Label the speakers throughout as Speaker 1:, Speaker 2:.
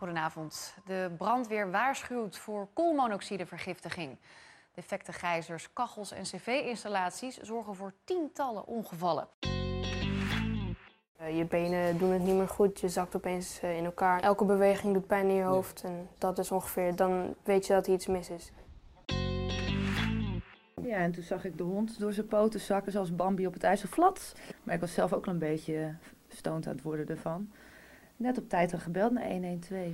Speaker 1: Goedenavond. De brandweer waarschuwt voor koolmonoxidevergiftiging. Defecte gijzers, kachels en cv-installaties zorgen voor tientallen ongevallen.
Speaker 2: Je benen doen het niet meer goed, je zakt opeens in elkaar. Elke beweging doet pijn in je hoofd en dat is ongeveer, dan weet je dat er iets mis is.
Speaker 3: Ja, en toen zag ik de hond door zijn poten zakken zoals Bambi op het IJsselvlat. Maar ik was zelf ook een beetje stoned aan het worden ervan. Net op tijd al gebeld naar 112.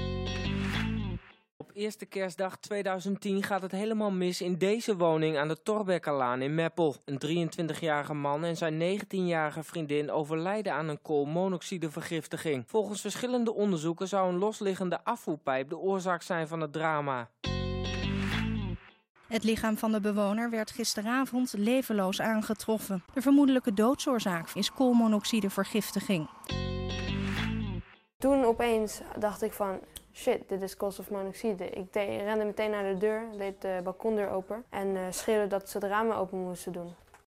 Speaker 4: Op eerste kerstdag 2010 gaat het helemaal mis in deze woning aan de Torbekkerlaan in Meppel. Een 23-jarige man en zijn 19-jarige vriendin overlijden aan een koolmonoxidevergiftiging. Volgens verschillende onderzoeken zou een losliggende afvoerpijp de oorzaak zijn van het drama.
Speaker 5: Het lichaam van de bewoner werd gisteravond levenloos aangetroffen. De vermoedelijke doodsoorzaak is koolmonoxidevergiftiging.
Speaker 2: Toen opeens dacht ik van, shit, dit is koolstofmonoxide. Ik rende meteen naar de deur, deed de balkondeur open en schreeuwde dat ze de ramen open moesten doen.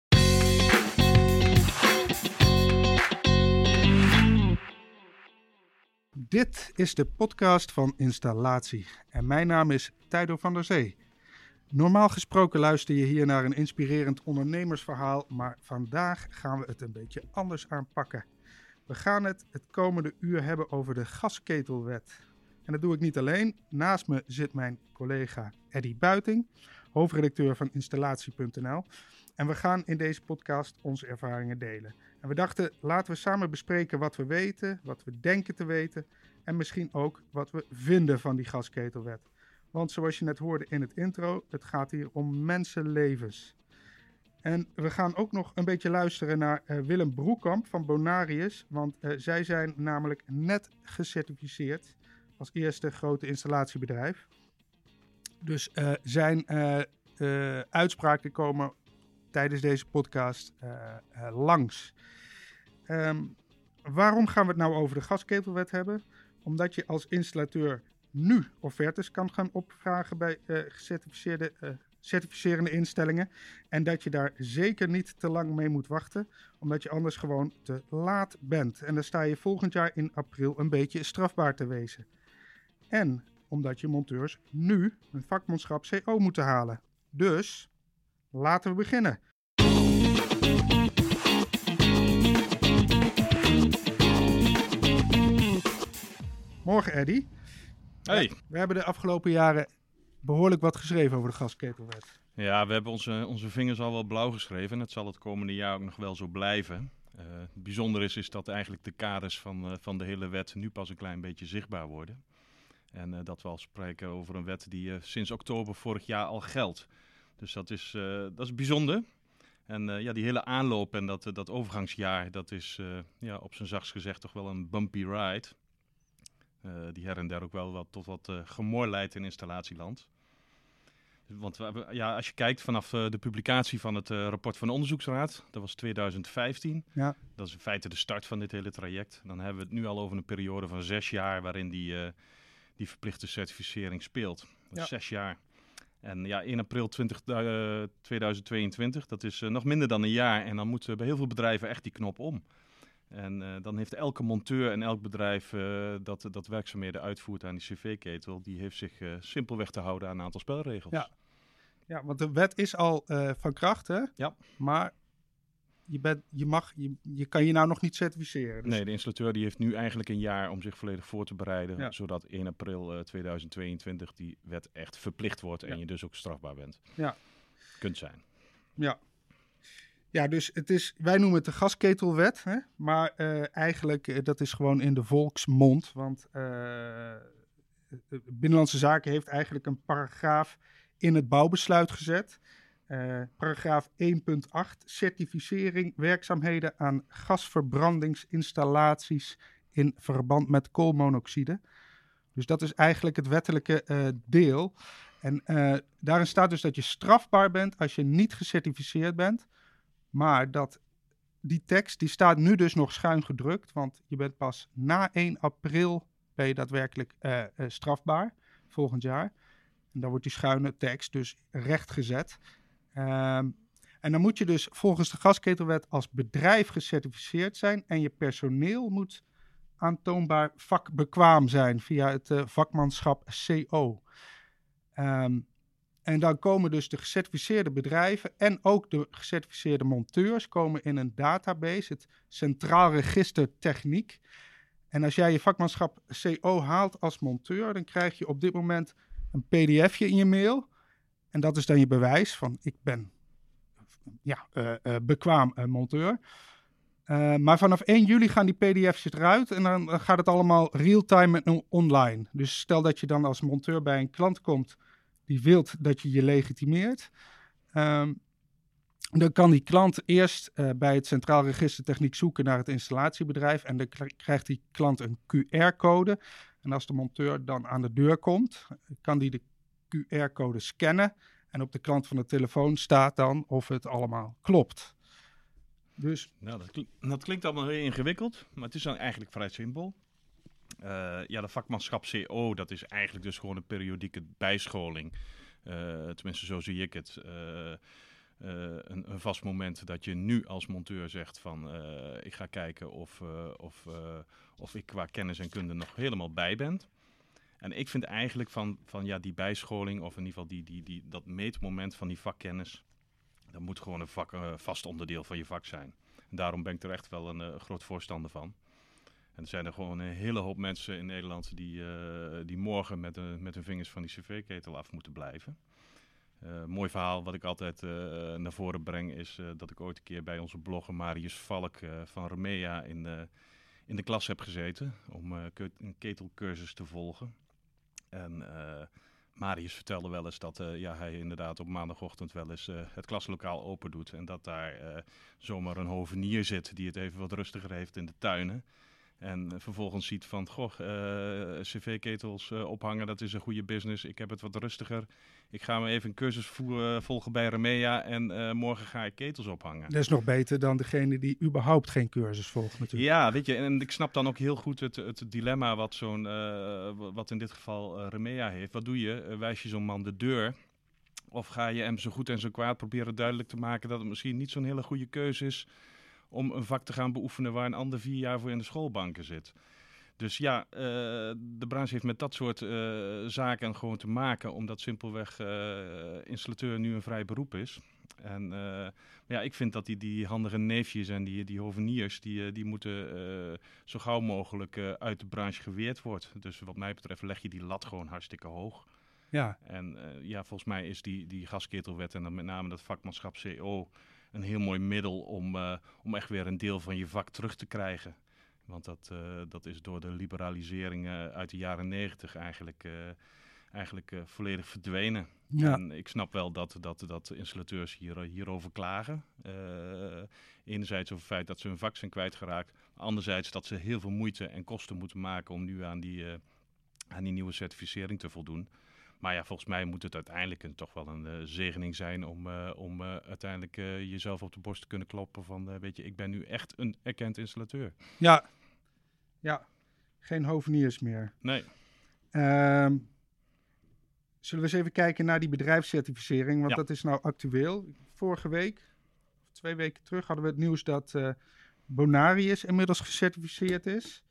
Speaker 6: Dit is de podcast van Installatie en mijn naam is Tijdo van der Zee. Normaal gesproken luister je hier naar een inspirerend ondernemersverhaal, maar vandaag gaan we het een beetje anders aanpakken. We gaan het komende uur hebben over de gasketelwet. En dat doe ik niet alleen. Naast me zit mijn collega Eddy Buiting, hoofdredacteur van Installatie.nl. En we gaan in deze podcast onze ervaringen delen. En we dachten, laten we samen bespreken wat we weten, wat we denken te weten en misschien ook wat we vinden van die gasketelwet. Want zoals je net hoorde in het intro, het gaat hier om mensenlevens. En we gaan ook nog een beetje luisteren naar Willem Broekamp van Bonarius. Want zij zijn namelijk net gecertificeerd als eerste grote installatiebedrijf. Dus zijn uitspraken komen tijdens deze podcast langs. Waarom gaan we het nou over de gasketelwet hebben? Omdat je als installateur nu offertes kan gaan opvragen bij certificerende instellingen. En dat je daar zeker niet te lang mee moet wachten, omdat je anders gewoon te laat bent. En dan sta je volgend jaar in april een beetje strafbaar te wezen. En omdat je monteurs nu een vakmanschap CO moeten halen. Dus laten we beginnen. Morgen, Eddy.
Speaker 7: Hey.
Speaker 6: We hebben de afgelopen jaren behoorlijk wat geschreven over de gasketelwet.
Speaker 7: Ja, we hebben onze vingers al wel blauw geschreven en het zal het komende jaar ook nog wel zo blijven. Het bijzondere is dat eigenlijk de kaders van de hele wet nu pas een klein beetje zichtbaar worden. En dat we al spreken over een wet die sinds oktober vorig jaar al geldt. Dus dat is bijzonder. En die hele aanloop en dat overgangsjaar, dat is op zijn zachtst gezegd toch wel een bumpy ride. Die her en der ook wel tot wat gemor leidt in installatieland. Want als je kijkt vanaf de publicatie van het rapport van de onderzoeksraad, dat was 2015. Ja. Dat is in feite de start van dit hele traject. Dan hebben we het nu al over een periode van 6 jaar waarin die verplichte certificering speelt. Dat is 6 jaar. En 1 april 2022, dat is nog minder dan een jaar. En dan moeten bij heel veel bedrijven echt die knop om. En dan heeft elke monteur en elk bedrijf dat werkzaamheden uitvoert aan die cv-ketel, die heeft zich simpelweg te houden aan een aantal spelregels.
Speaker 6: Ja, want de wet is al van kracht, hè?
Speaker 7: Ja.
Speaker 6: Maar je kan je nou nog niet certificeren. Dus...
Speaker 7: Nee, de installateur die heeft nu eigenlijk een jaar om zich volledig voor te bereiden, zodat 1 april 2022 die wet echt verplicht wordt en je dus ook strafbaar bent. Ja. Kunt zijn.
Speaker 6: Ja. Ja, dus wij noemen het de gasketelwet, hè? Maar eigenlijk dat is gewoon in de volksmond. Want Binnenlandse Zaken heeft eigenlijk een paragraaf in het bouwbesluit gezet. Paragraaf 1.8, certificering werkzaamheden aan gasverbrandingsinstallaties in verband met koolmonoxide. Dus dat is eigenlijk het wettelijke deel. En daarin staat dus dat je strafbaar bent als je niet gecertificeerd bent. Maar die tekst die staat nu dus nog schuin gedrukt, want je bent pas na 1 april ben je daadwerkelijk strafbaar, volgend jaar. En dan wordt die schuine tekst dus rechtgezet. En dan moet je dus volgens de gasketelwet als bedrijf gecertificeerd zijn en je personeel moet aantoonbaar vakbekwaam zijn via het vakmanschap CO. En dan komen dus de gecertificeerde bedrijven en ook de gecertificeerde monteurs komen in een database, het Centraal Register Techniek. En als jij je vakmanschap CO haalt als monteur, dan krijg je op dit moment een pdfje in je mail. En dat is dan je bewijs van ik ben bekwaam monteur. Maar vanaf 1 juli gaan die pdf's eruit en dan gaat het allemaal real-time en online. Dus stel dat je dan als monteur bij een klant komt die wilt dat je je legitimeert. Dan kan die klant eerst bij het Centraal Register Techniek zoeken naar het installatiebedrijf. En dan krijgt die klant een QR-code. En als de monteur dan aan de deur komt, kan die de QR-code scannen. En op de klant van de telefoon staat dan of het allemaal klopt. Dus...
Speaker 7: Nou, dat klinkt allemaal heel ingewikkeld, maar het is dan eigenlijk vrij simpel. De vakmanschap CO, dat is eigenlijk dus gewoon een periodieke bijscholing. Tenminste, zo zie ik het. Een vast moment dat je nu als monteur zegt van ik ga kijken of ik qua kennis en kunde nog helemaal bij ben. En ik vind eigenlijk van die bijscholing of in ieder geval dat meetmoment van die vakkennis, dat moet gewoon een vast onderdeel van je vak zijn. En daarom ben ik er echt wel een groot voorstander van. En er zijn er gewoon een hele hoop mensen in Nederland die morgen met hun vingers van die cv-ketel af moeten blijven. Mooi verhaal wat ik altijd naar voren breng is dat ik ooit een keer bij onze blogger Marius Valk van Remea in de klas heb gezeten om een ketelcursus te volgen. En Marius vertelde wel eens dat hij inderdaad op maandagochtend wel eens het klaslokaal open doet. En dat daar zomaar een hovenier zit die het even wat rustiger heeft in de tuinen. En vervolgens ziet van, cv-ketels ophangen, dat is een goede business. Ik heb het wat rustiger. Ik ga me even een cursus volgen bij Remea en morgen ga ik ketels ophangen.
Speaker 6: Dat is nog beter dan degene die überhaupt geen cursus volgt natuurlijk.
Speaker 7: Ja, weet je, en ik snap dan ook heel goed het dilemma wat in dit geval Remea heeft. Wat doe je? Wijs je zo'n man de deur? Of ga je hem zo goed en zo kwaad proberen duidelijk te maken dat het misschien niet zo'n hele goede keuze is om een vak te gaan beoefenen waar een ander 4 jaar voor in de schoolbanken zit. Dus ja, de branche heeft met dat soort zaken gewoon te maken, omdat simpelweg installateur nu een vrij beroep is. En ik vind dat die handige neefjes en die hoveniers, die moeten zo gauw mogelijk uit de branche geweerd worden. Dus wat mij betreft leg je die lat gewoon hartstikke hoog.
Speaker 6: Ja.
Speaker 7: En volgens mij is die gasketelwet en dan met name dat vakmanschap CO een heel mooi middel om echt weer een deel van je vak terug te krijgen. Want dat is door de liberalisering uit de jaren 90 eigenlijk volledig verdwenen.
Speaker 6: Ja.
Speaker 7: En ik snap wel dat installateurs hierover klagen. Enerzijds over het feit dat ze hun vak zijn kwijtgeraakt. Anderzijds dat ze heel veel moeite en kosten moeten maken om nu aan die nieuwe certificering te voldoen. Maar ja, volgens mij moet het uiteindelijk toch wel een zegening zijn om uiteindelijk jezelf op de borst te kunnen kloppen van, ik ben nu echt een erkend installateur.
Speaker 6: Ja, geen hoveniers meer.
Speaker 7: Nee.
Speaker 6: Zullen we eens even kijken naar die bedrijfscertificering, want
Speaker 7: Ja.
Speaker 6: dat is nou actueel. Vorige week, of 2 weken terug, hadden we het nieuws dat Bonarius inmiddels gecertificeerd is.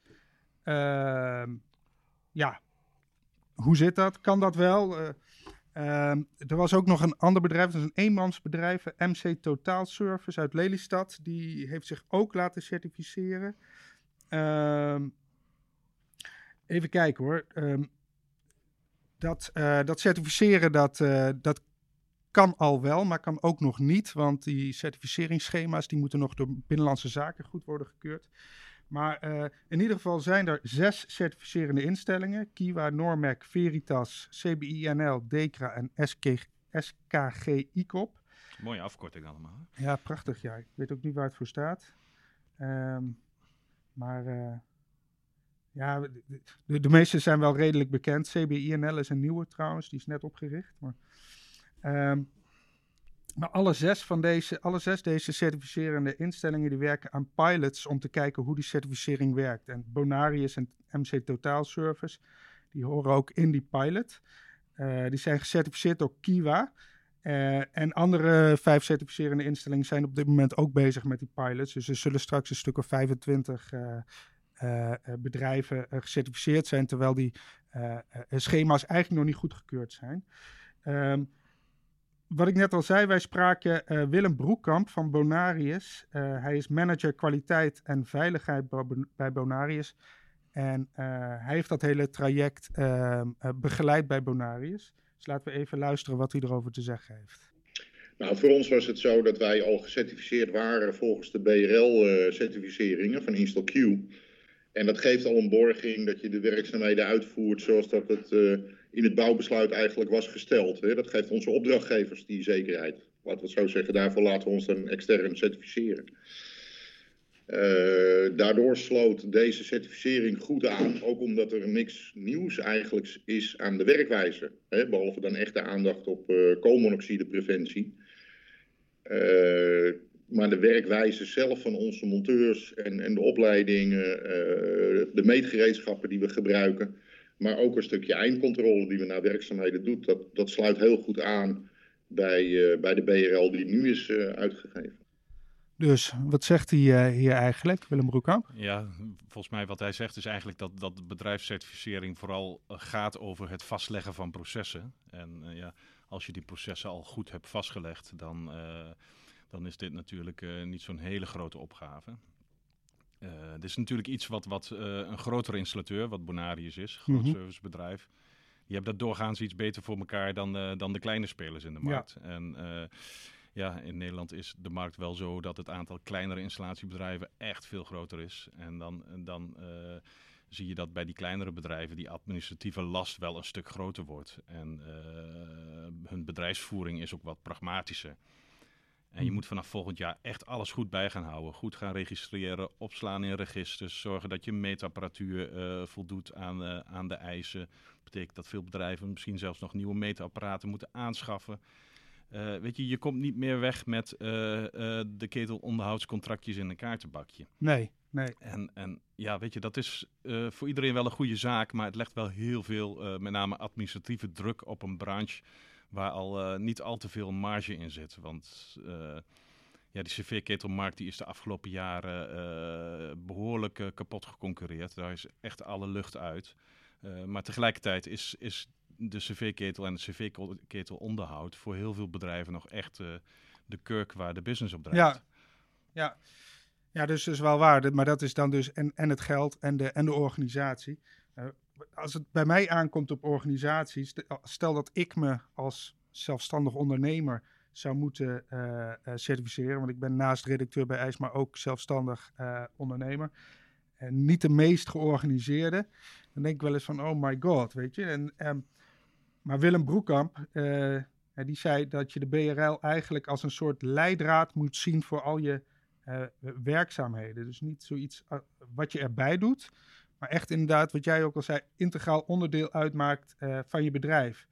Speaker 6: Hoe zit dat? Kan dat wel? Er was ook nog een ander bedrijf, dat is een eenmansbedrijf, MC Totaal Service uit Lelystad. Die heeft zich ook laten certificeren. Even kijken hoor. Dat certificeren, dat kan al wel, maar kan ook nog niet. Want die certificeringsschema's die moeten nog door Binnenlandse Zaken goed worden gekeurd. Maar in ieder geval zijn er 6 certificerende instellingen. Kiwa, Normac, Veritas, CBI-NL, DEKRA en SKG ICOP.
Speaker 7: Mooie afkorting allemaal.
Speaker 6: Ja, prachtig. Ja. Ik weet ook niet waar het voor staat. De meeste zijn wel redelijk bekend. CBI-NL is een nieuwe trouwens, die is net opgericht. Maar alle 6 deze certificerende instellingen die werken aan pilots om te kijken hoe die certificering werkt. En Bonarius en MC Totaal Service, die horen ook in die pilot. Die zijn gecertificeerd door Kiwa. En andere 5 certificerende instellingen zijn op dit moment ook bezig met die pilots. Dus er zullen straks een stuk of 25 bedrijven gecertificeerd zijn, terwijl die schema's eigenlijk nog niet goedgekeurd zijn. Wat ik net al zei, wij spraken Willem Broekkamp van Bonarius. Hij is manager kwaliteit en veiligheid bij Bonarius. En hij heeft dat hele traject begeleid bij Bonarius. Dus laten we even luisteren wat hij erover te zeggen heeft.
Speaker 8: Nou, voor ons was het zo dat wij al gecertificeerd waren volgens de BRL-certificeringen van InstallQ. En dat geeft al een borging dat je de werkzaamheden uitvoert zoals dat het in het bouwbesluit eigenlijk was gesteld. Hè. Dat geeft onze opdrachtgevers die zekerheid. Laten we het zo zeggen, daarvoor laten we ons dan extern certificeren. Daardoor sloot deze certificering goed aan, ook omdat er niks nieuws eigenlijk is aan de werkwijze. Hè, behalve dan echte aandacht op koolmonoxidepreventie. Maar de werkwijze zelf van onze monteurs en de opleidingen, de meetgereedschappen die we gebruiken, maar ook een stukje eindcontrole die we naar werkzaamheden doen, dat sluit heel goed aan bij de BRL die nu is uitgegeven.
Speaker 6: Dus wat zegt hij hier eigenlijk, Willem Broekkamp?
Speaker 7: Ja, volgens mij wat hij zegt is eigenlijk dat bedrijfscertificering vooral gaat over het vastleggen van processen. En als je die processen al goed hebt vastgelegd, dan is dit natuurlijk niet zo'n hele grote opgave. Dit is natuurlijk iets wat een grotere installateur, wat Bonarius is, een groot servicebedrijf. Die hebben dat doorgaans iets beter voor elkaar dan de kleine spelers in de markt. Ja. En in Nederland is de markt wel zo dat het aantal kleinere installatiebedrijven echt veel groter is. En dan zie je dat bij die kleinere bedrijven die administratieve last wel een stuk groter wordt. En hun bedrijfsvoering is ook wat pragmatischer. En je moet vanaf volgend jaar echt alles goed bij gaan houden. Goed gaan registreren, opslaan in registers. Zorgen dat je meetapparatuur voldoet aan de eisen. Dat betekent dat veel bedrijven misschien zelfs nog nieuwe meetapparaten moeten aanschaffen. Je komt niet meer weg met de ketelonderhoudscontractjes in een kaartenbakje.
Speaker 6: Nee.
Speaker 7: En dat is voor iedereen wel een goede zaak. Maar het legt wel heel veel, met name administratieve druk op een branche waar al niet al te veel marge in zit. Want die cv-ketelmarkt die is de afgelopen jaren behoorlijk kapot geconcurreerd. Daar is echt alle lucht uit. Maar tegelijkertijd is de cv-ketel en het cv-ketelonderhoud voor heel veel bedrijven nog echt de kurk waar de business op draait.
Speaker 6: Ja, dus is wel waar. Maar dat is dan dus en het geld en de organisatie. Als het bij mij aankomt op organisaties, stel dat ik me als zelfstandig ondernemer zou moeten certificeren, want ik ben naast redacteur bij IJs, maar ook zelfstandig ondernemer. En niet de meest georganiseerde. Dan denk ik wel eens van, oh my god, weet je. Maar Willem Broekkamp, die zei dat je de BRL eigenlijk als een soort leidraad moet zien voor al je werkzaamheden. Dus niet zoiets wat je erbij doet, maar echt inderdaad, wat jij ook al zei, integraal onderdeel uitmaakt van je bedrijf.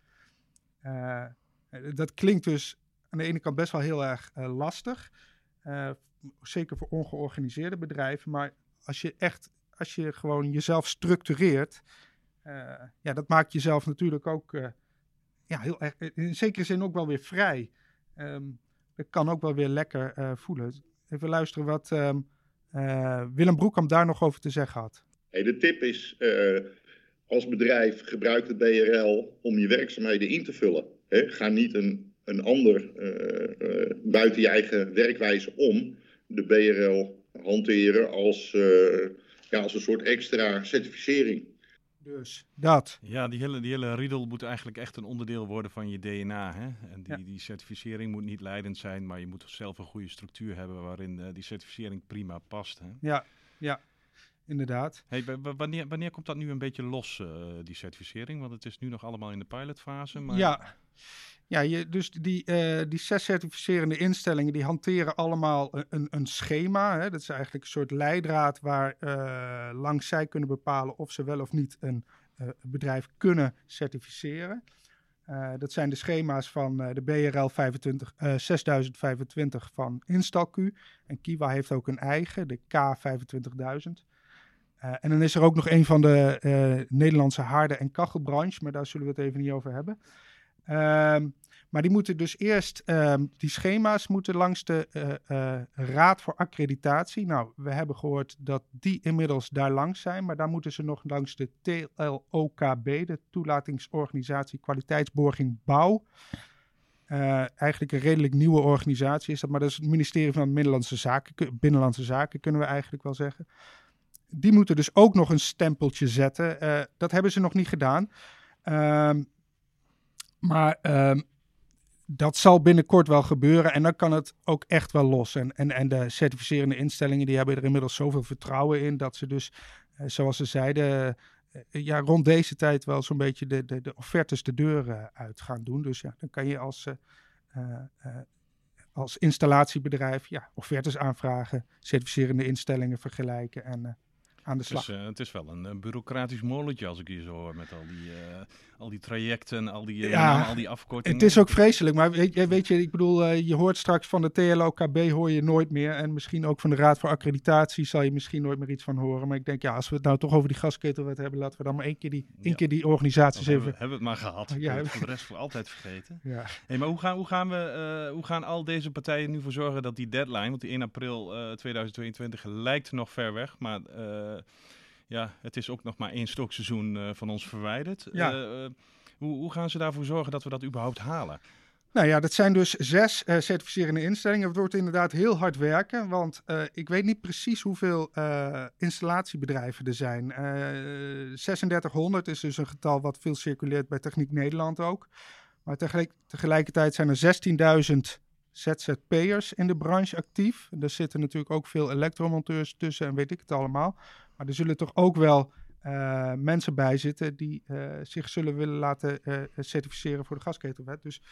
Speaker 6: Dat klinkt dus aan de ene kant best wel heel erg lastig. Zeker voor ongeorganiseerde bedrijven. Maar als je gewoon jezelf structureert, dat maakt jezelf natuurlijk ook heel erg, in zekere zin ook wel weer vrij. Dat kan ook wel weer lekker voelen. Even luisteren wat Willem Broekkamp daar nog over te zeggen had.
Speaker 8: De tip is, als bedrijf gebruik de BRL om je werkzaamheden in te vullen. Ga niet een ander buiten je eigen werkwijze om de BRL hanteren als een soort extra certificering.
Speaker 6: Dus dat.
Speaker 7: Ja, die hele riedel moet eigenlijk echt een onderdeel worden van je DNA. Hè? En die certificering moet niet leidend zijn, maar je moet zelf een goede structuur hebben waarin die certificering prima past. Hè?
Speaker 6: Ja, inderdaad.
Speaker 7: Hey, wanneer komt dat nu een beetje los, die certificering? Want het is nu nog allemaal in de pilotfase. Maar...
Speaker 6: Dus die 6 certificerende instellingen die hanteren allemaal een schema. Hè? Dat is eigenlijk een soort leidraad waar langs zij kunnen bepalen of ze wel of niet een bedrijf kunnen certificeren. Dat zijn de schema's van de BRL 6025 van InstallQ. En Kiwa heeft ook een eigen, de K25000. En dan is er ook nog een van de Nederlandse haarden- en kachelbranche, maar daar zullen we het even niet over hebben. Maar die moeten dus eerst, die schema's moeten langs de Raad voor Accreditatie. Nou, we hebben gehoord dat die inmiddels daar langs zijn. Maar daar moeten ze nog langs de TLOKB, de Toelatingsorganisatie Kwaliteitsborging Bouw. Eigenlijk een redelijk nieuwe organisatie is dat. Maar dat is het ministerie van Binnenlandse Zaken, kunnen we eigenlijk wel zeggen. Die moeten dus ook nog een stempeltje zetten. Dat hebben ze nog niet gedaan. Maar dat zal binnenkort wel gebeuren en dan kan het ook echt wel los. En de certificerende instellingen die hebben er inmiddels zoveel vertrouwen in dat ze dus, zoals ze zeiden, rond deze tijd wel zo'n beetje de offertes de deur uit gaan doen. Dus ja, dan kan je als installatiebedrijf offertes aanvragen, certificerende instellingen vergelijken en aan de slag.
Speaker 7: Het is wel een bureaucratisch molentje als ik hier zo hoor met al die trajecten, al die afkortingen.
Speaker 6: Het is ook vreselijk, maar weet je, ik bedoel, je hoort straks van de TLOKB hoor je nooit meer en misschien ook van de Raad voor Accreditatie zal je misschien nooit meer iets van horen. Maar ik denk, als we het nou toch over die gasketelwet hebben, laten we dan maar één keer die organisaties even...
Speaker 7: Hebben we het maar gehad.
Speaker 6: Ja,
Speaker 7: voor de rest voor altijd vergeten.
Speaker 6: Ja.
Speaker 7: Hey, maar hoe gaan al deze partijen nu voor zorgen dat die deadline, want die 1 april 2022 lijkt nog ver weg, maar het is ook nog maar 1 stookseizoen van ons verwijderd.
Speaker 6: Ja.
Speaker 7: Hoe gaan ze daarvoor zorgen dat we dat überhaupt halen?
Speaker 6: Nou ja, dat zijn dus 6 certificerende instellingen. Het wordt inderdaad heel hard werken, want ik weet niet precies hoeveel installatiebedrijven er zijn. 3600 is dus een getal wat veel circuleert bij Techniek Nederland ook. Maar tegelijkertijd zijn er 16.000 ZZP'ers in de branche actief. Er zitten natuurlijk ook veel elektromonteurs tussen en weet ik het allemaal. Maar er zullen toch ook wel mensen bij zitten die zich zullen willen laten certificeren voor de gasketelwet. Dus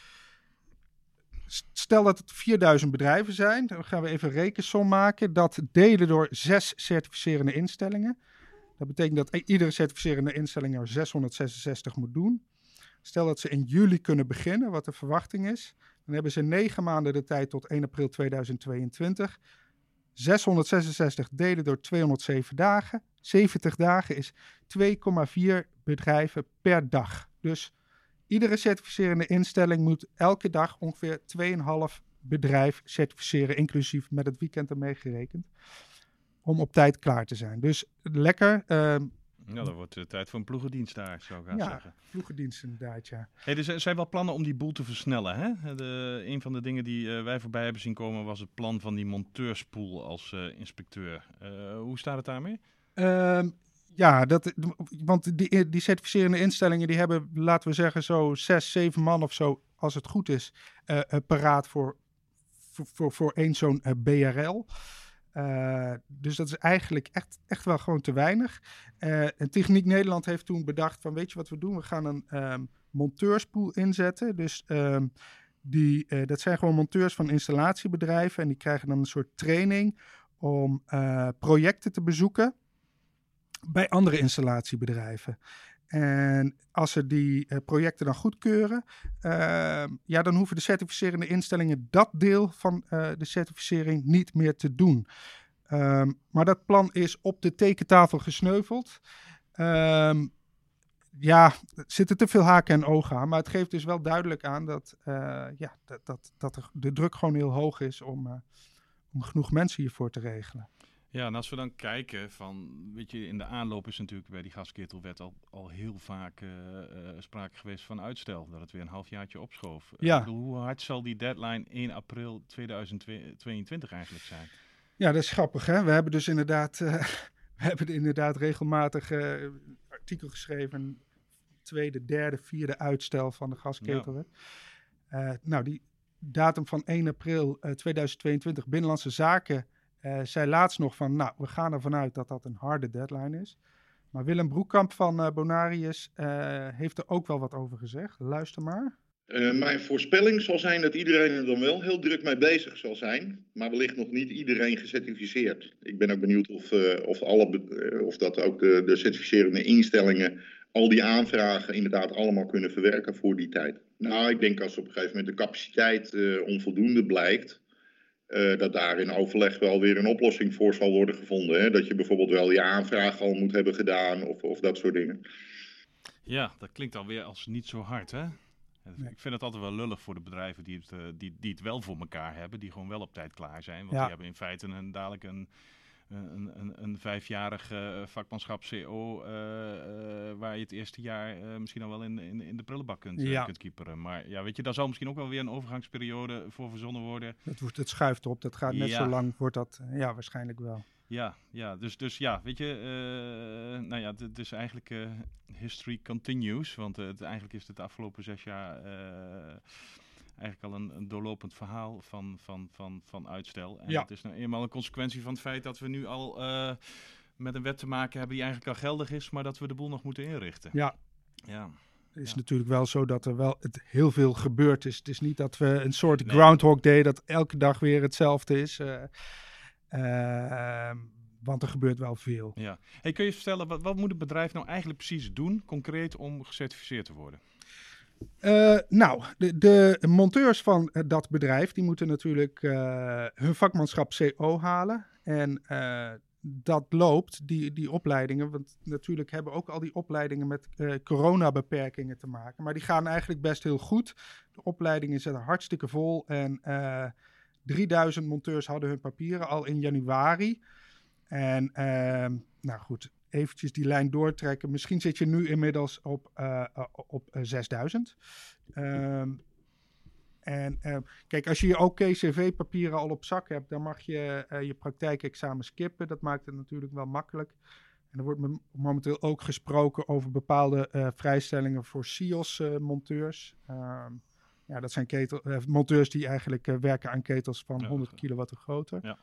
Speaker 6: stel dat het 4000 bedrijven zijn, dan gaan we even een rekensom maken. Dat delen door 6 certificerende instellingen. Dat betekent dat iedere certificerende instelling er 666 moet doen. Stel dat ze in juli kunnen beginnen, wat de verwachting is. Dan hebben ze 9 maanden de tijd tot 1 april 2022. 666 delen door 207 dagen. 70 dagen is 2,4 bedrijven per dag. Dus iedere certificerende instelling moet elke dag ongeveer 2,5 bedrijf certificeren, inclusief met het weekend ermee gerekend, om op tijd klaar te zijn. Dus lekker.
Speaker 7: Dat wordt de tijd voor een ploegendienst daar, zou ik gaan zeggen.
Speaker 6: Ja, ploegendienst inderdaad, ja.
Speaker 7: Hey, er zijn wel plannen om die boel te versnellen, hè? Een van de dingen die wij voorbij hebben zien komen was het plan van die monteurspool als inspecteur. Hoe staat het daarmee? Want die certificerende instellingen die hebben, laten we zeggen, zo 6, 7 man of zo, als het goed is, paraat voor één zo'n BRL. Dus dat is eigenlijk echt wel gewoon te weinig. En Techniek Nederland heeft toen bedacht van, weet je wat we doen? We gaan een monteurspool inzetten. Dus dat zijn gewoon monteurs van installatiebedrijven en die krijgen dan een soort training om projecten te bezoeken bij andere installatiebedrijven. En als ze die projecten dan goedkeuren, dan hoeven de certificerende instellingen dat deel van de certificering niet meer te doen. Maar dat plan is op de tekentafel gesneuveld. Er zitten te veel haken en ogen aan, maar het geeft dus wel duidelijk aan dat de druk gewoon heel hoog is om genoeg mensen hiervoor te regelen. Ja, en als we dan kijken van, weet je, in de aanloop is natuurlijk bij die gasketelwet al heel vaak sprake geweest van uitstel. Dat het weer een halfjaartje opschoof.
Speaker 6: Ja.
Speaker 7: Hoe hard zal die deadline 1 april 2022 eigenlijk zijn?
Speaker 6: Ja, dat is grappig, hè? We hebben dus inderdaad regelmatig artikel geschreven. 2e, 3e, 4e uitstel van de gasketelwet. Ja. Die datum van 1 april 2022, Binnenlandse Zaken zei laatst nog van, we gaan ervan uit dat dat een harde deadline is. Maar Willem Broekkamp van Bonarius heeft er ook wel wat over gezegd. Luister maar.
Speaker 8: Mijn voorspelling zal zijn dat iedereen er dan wel heel druk mee bezig zal zijn. Maar wellicht nog niet iedereen gecertificeerd. Ik ben ook benieuwd of dat ook de certificerende instellingen al die aanvragen inderdaad allemaal kunnen verwerken voor die tijd. Nou, ik denk als op een gegeven moment de capaciteit onvoldoende blijkt, dat daar in overleg wel weer een oplossing voor zal worden gevonden. Hè? Dat je bijvoorbeeld wel je aanvraag al moet hebben gedaan of dat soort dingen.
Speaker 7: Ja, dat klinkt alweer als niet zo hard, hè?
Speaker 6: Nee.
Speaker 7: Ik vind het altijd wel lullig voor de bedrijven die het wel voor elkaar hebben. Die gewoon wel op tijd klaar zijn. Want
Speaker 6: Ja.
Speaker 7: die hebben in feite dadelijk een 5-jarig vakmanschap CO... waar je het eerste jaar misschien al wel in de prullenbak kunt kieperen. Maar ja, weet je, daar zal misschien ook wel weer een overgangsperiode voor verzonnen worden.
Speaker 6: Het schuift op. Dat gaat net
Speaker 7: Ja.
Speaker 6: zo lang, wordt dat waarschijnlijk wel.
Speaker 7: Ja, dus ja, weet je, het is eigenlijk history continues. Want eigenlijk is het de afgelopen 6 jaar eigenlijk al een doorlopend verhaal van uitstel. En dat is nou eenmaal een consequentie van het feit dat we nu al met een wet te maken hebben die eigenlijk al geldig is, maar dat we de boel nog moeten inrichten.
Speaker 6: Ja.
Speaker 7: Ja.
Speaker 6: Het is natuurlijk wel zo dat er wel heel veel gebeurd is. Het is niet dat we een soort Groundhog Day, dat elke dag weer hetzelfde is. Want er gebeurt wel veel.
Speaker 7: Ja. Hey, kun je vertellen, wat moet het bedrijf nou eigenlijk precies doen, concreet, om gecertificeerd te worden?
Speaker 6: De monteurs van dat bedrijf, die moeten natuurlijk hun vakmanschap CO halen. En dat loopt, die opleidingen, want natuurlijk hebben ook al die opleidingen met coronabeperkingen te maken. Maar die gaan eigenlijk best heel goed. De opleidingen zitten hartstikke vol en 3000 monteurs hadden hun papieren al in januari. En eventjes die lijn doortrekken. Misschien zit je nu inmiddels op 6000. Kijk, als je je OK-CV-papieren al op zak hebt, dan mag je je praktijkexamen skippen. Dat maakt het natuurlijk wel makkelijk. En er wordt momenteel ook gesproken over bepaalde vrijstellingen voor SIOS-monteurs. Dat zijn monteurs die eigenlijk werken aan ketels van 100 kilowatt en groter.
Speaker 7: Ja.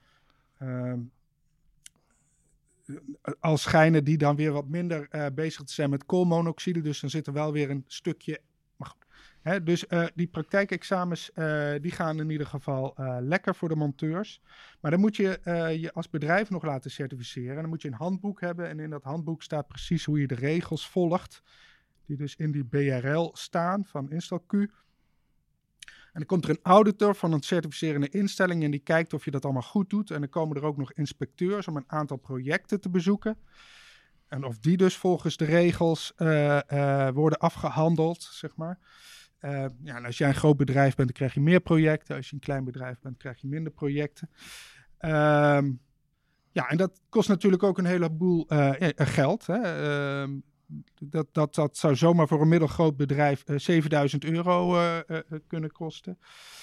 Speaker 6: Al schijnen die dan weer wat minder bezig te zijn met koolmonoxide. Dus dan zit er wel weer een stukje... Maar goed. Dus die praktijkexamens die gaan in ieder geval lekker voor de monteurs. Maar dan moet je je als bedrijf nog laten certificeren. En dan moet je een handboek hebben. En in dat handboek staat precies hoe je de regels volgt. Die dus in die BRL staan van InstalQ. En dan komt er een auditor van een certificerende instelling en die kijkt of je dat allemaal goed doet. En dan komen er ook nog inspecteurs om een aantal projecten te bezoeken. En of die dus volgens de regels worden afgehandeld, zeg maar. En als jij een groot bedrijf bent, dan krijg je meer projecten. Als je een klein bedrijf bent, krijg je minder projecten. En dat kost natuurlijk ook een heleboel geld. Hè. Dat zou zomaar voor een middelgroot bedrijf €7.000 kunnen kosten.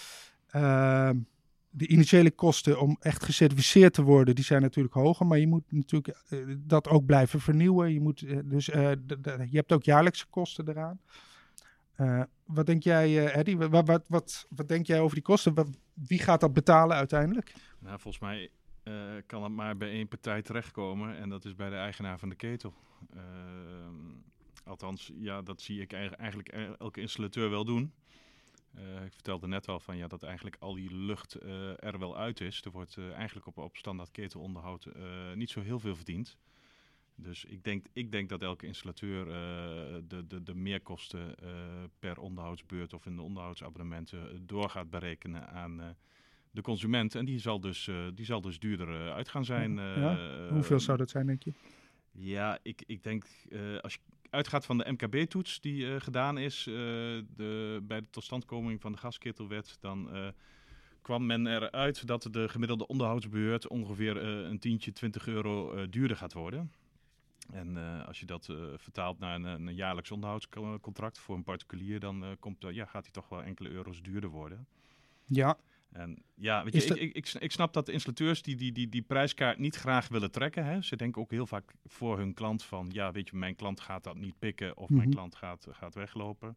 Speaker 6: De initiële kosten om echt gecertificeerd te worden, die zijn natuurlijk hoger. Maar je moet natuurlijk dat ook blijven vernieuwen. Je hebt ook jaarlijkse kosten eraan. Wat denk jij, Eddy? Wat denk jij over die kosten? Wie gaat dat betalen uiteindelijk?
Speaker 7: Nou, volgens mij kan het maar bij één partij terechtkomen. En dat is bij de eigenaar van de ketel. Althans, ja, dat zie ik eigenlijk elke installateur wel doen. Ik vertelde net al van dat eigenlijk al die lucht er wel uit is. Er wordt eigenlijk op standaard ketelonderhoud niet zo heel veel verdiend. Dus ik denk dat elke installateur de meerkosten per onderhoudsbeurt of in de onderhoudsabonnementen door gaat berekenen aan de consument. En die zal dus duurder uit gaan zijn.
Speaker 6: Hoeveel zou dat zijn, denk je?
Speaker 7: Ja, ik denk als je uitgaat van de MKB-toets die gedaan is bij de totstandkoming van de gasketelwet, dan kwam men eruit dat de gemiddelde onderhoudsbeurt ongeveer een tientje, €20 duurder gaat worden. En als je dat vertaalt naar een jaarlijks onderhoudscontract voor een particulier, dan gaat die toch wel enkele euro's duurder worden.
Speaker 6: Ja.
Speaker 7: En ja, weet je, ik snap dat de installateurs die prijskaart niet graag willen trekken. Hè. Ze denken ook heel vaak voor hun klant van, weet je, mijn klant gaat dat niet pikken of mijn klant gaat weglopen.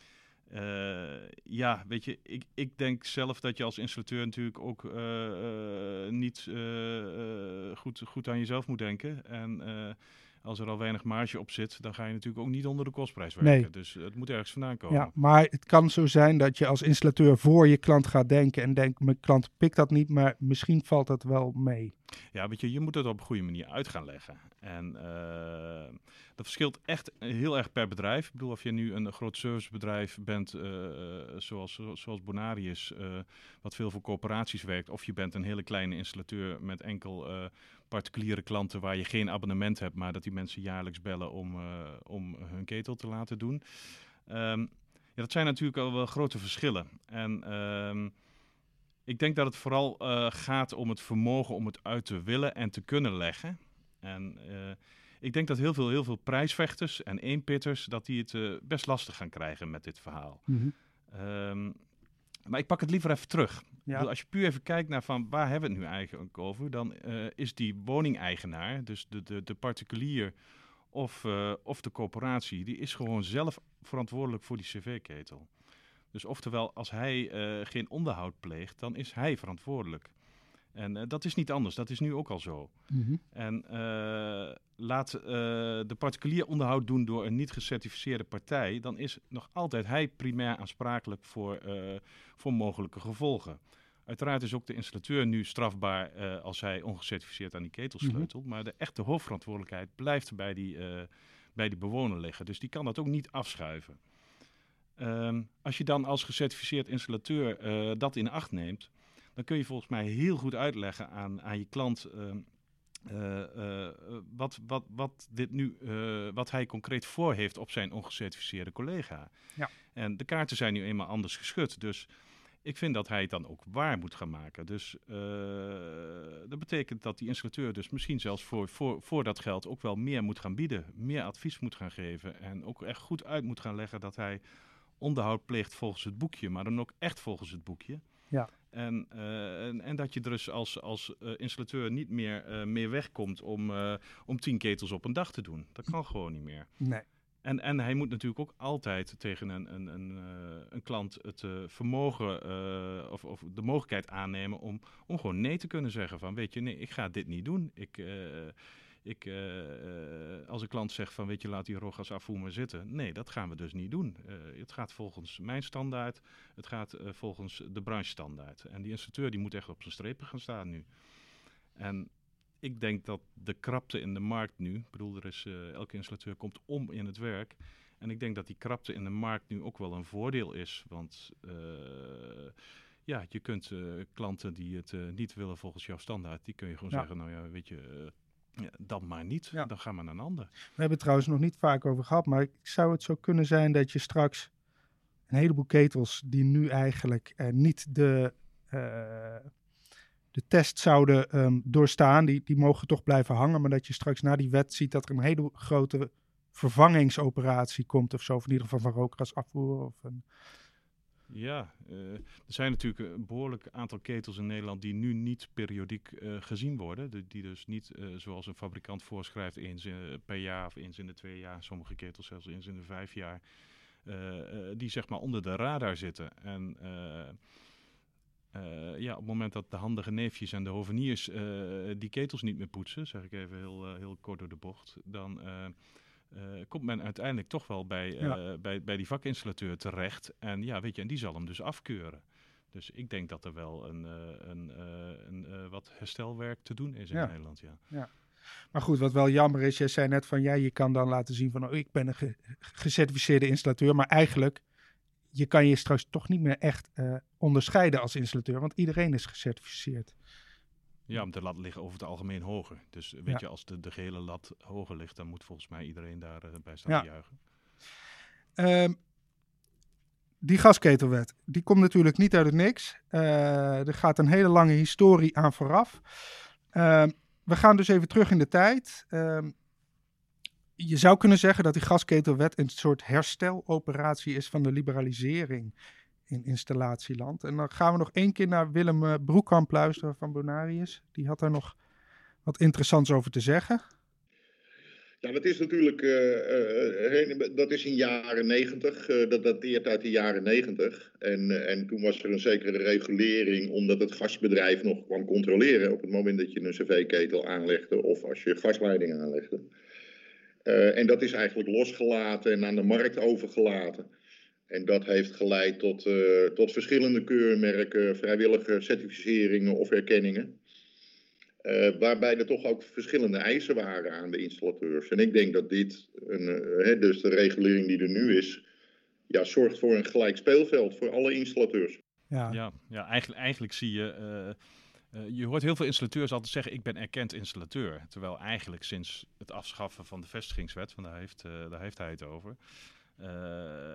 Speaker 7: Weet je, ik denk zelf dat je als installateur natuurlijk ook niet goed aan jezelf moet denken. En als er al weinig marge op zit, dan ga je natuurlijk ook niet onder de kostprijs werken. Nee. Dus het moet ergens vandaan komen.
Speaker 6: Ja, maar het kan zo zijn dat je als installateur voor je klant gaat denken en denkt, mijn klant pikt dat niet, maar misschien valt dat wel mee.
Speaker 7: Ja, weet je moet het op een goede manier uit gaan leggen. En dat verschilt echt heel erg per bedrijf. Ik bedoel, of je nu een groot servicebedrijf bent, zoals Bonarius, wat veel voor corporaties werkt, of je bent een hele kleine installateur met enkel particuliere klanten waar je geen abonnement hebt, maar dat die mensen jaarlijks bellen om hun ketel te laten doen. dat zijn natuurlijk al wel grote verschillen. En ik denk dat het vooral gaat om het vermogen om het uit te willen en te kunnen leggen. En ik denk dat heel veel prijsvechters en eenpitters dat die het best lastig gaan krijgen met dit verhaal.
Speaker 6: Mhm.
Speaker 7: Maar ik pak het liever even terug.
Speaker 6: Ja.
Speaker 7: Ik bedoel, als je puur even kijkt naar van waar hebben we het nu eigenlijk over, dan is die woningeigenaar, dus de particulier of de corporatie, die is gewoon zelf verantwoordelijk voor die cv-ketel. Dus oftewel, als hij geen onderhoud pleegt, dan is hij verantwoordelijk. En dat is niet anders, dat is nu ook al zo.
Speaker 6: Mhm.
Speaker 7: En laat de particulier onderhoud doen door een niet gecertificeerde partij, dan is nog altijd hij primair aansprakelijk voor mogelijke gevolgen. Uiteraard is ook de installateur nu strafbaar als hij ongecertificeerd aan die ketel sleutelt, maar de echte hoofdverantwoordelijkheid blijft bij die bewoner liggen. Dus die kan dat ook niet afschuiven. Als je dan als gecertificeerd installateur dat in acht neemt, dan kun je volgens mij heel goed uitleggen aan je klant wat hij concreet voor heeft op zijn ongecertificeerde collega.
Speaker 6: Ja.
Speaker 7: En de kaarten zijn nu eenmaal anders geschud, dus ik vind dat hij het dan ook waar moet gaan maken. Dus dat betekent dat die installateur dus misschien zelfs voor dat geld ook wel meer moet gaan bieden, meer advies moet gaan geven en ook echt goed uit moet gaan leggen dat hij onderhoud pleegt volgens het boekje, maar dan ook echt volgens het boekje.
Speaker 6: Ja.
Speaker 7: En dat je dus als installateur niet meer wegkomt om 10 ketels op een dag te doen. Dat kan gewoon niet meer.
Speaker 6: Nee.
Speaker 7: En hij moet natuurlijk ook altijd tegen een klant het vermogen of de mogelijkheid aannemen om gewoon nee te kunnen zeggen van, weet je, nee, ik ga dit niet doen. Als een klant zegt van, weet je, laat die rogasafvoer maar zitten. Nee, dat gaan we dus niet doen. Het gaat volgens mijn standaard. Het gaat volgens de branchestandaard. En die installateur die moet echt op zijn strepen gaan staan nu. En ik denk dat de krapte in de markt nu, ik bedoel, elke installateur komt om in het werk. En ik denk dat die krapte in de markt nu ook wel een voordeel is. Want je kunt klanten die het niet willen volgens jouw standaard, die kun je gewoon zeggen, nou ja, weet je, dan maar niet. Ja. Dan gaan we naar een ander.
Speaker 6: We hebben het trouwens nog niet vaak over gehad, maar zou het zo kunnen zijn dat je straks een heleboel ketels die nu eigenlijk niet de test zouden doorstaan, die mogen toch blijven hangen, maar dat je straks na die wet ziet dat er een hele grote vervangingsoperatie komt of zo, of in ieder geval van rookgasafvoer of een...
Speaker 7: Ja, er zijn natuurlijk een behoorlijk aantal ketels in Nederland die nu niet periodiek gezien worden. Die dus niet, zoals een fabrikant voorschrijft, eens per jaar of eens in de 2 jaar, sommige ketels zelfs eens in de 5 jaar, die zeg maar onder de radar zitten. En op het moment dat de handige neefjes en de hoveniers die ketels niet meer poetsen, zeg ik even heel kort door de bocht, dan komt men uiteindelijk toch wel bij die vakinstallateur terecht. En ja, weet je, en die zal hem dus afkeuren. Dus ik denk dat er wel wat herstelwerk te doen is in Nederland. Ja.
Speaker 6: Maar goed, wat wel jammer is, jij zei net van je kan dan laten zien van ik ben een gecertificeerde installateur. Maar eigenlijk, je kan je straks toch niet meer echt onderscheiden als installateur, want iedereen is gecertificeerd.
Speaker 7: Ja, want de lat ligt over het algemeen hoger. Dus weet je, als de gehele lat hoger ligt, dan moet volgens mij iedereen daarbij staan te juichen.
Speaker 6: Die gasketelwet, die komt natuurlijk niet uit het niks. Er gaat een hele lange historie aan vooraf. We gaan dus even terug in de tijd. Je zou kunnen zeggen dat die gasketelwet een soort hersteloperatie is van de liberalisering in installatieland. En dan gaan we nog 1 keer naar Willem Broekkamp luisteren van Bonarius. Die had daar nog wat interessants over te zeggen.
Speaker 8: Ja, dat is natuurlijk, dat is in jaren 90, dat dateert uit de jaren 90. En toen was er een zekere regulering, omdat het gasbedrijf nog kwam controleren op het moment dat je een cv-ketel aanlegde of als je gasleiding aanlegde. En dat is eigenlijk losgelaten en aan de markt overgelaten. En dat heeft geleid tot verschillende keurmerken, vrijwillige certificeringen of erkenningen. Waarbij er toch ook verschillende eisen waren aan de installateurs. En ik denk dat dit, dus de regulering die er nu is, zorgt voor een gelijk speelveld voor alle installateurs.
Speaker 7: Ja, eigenlijk zie je... je hoort heel veel installateurs altijd zeggen, ik ben erkend installateur. Terwijl eigenlijk sinds het afschaffen van de vestigingswet, daar heeft hij het over,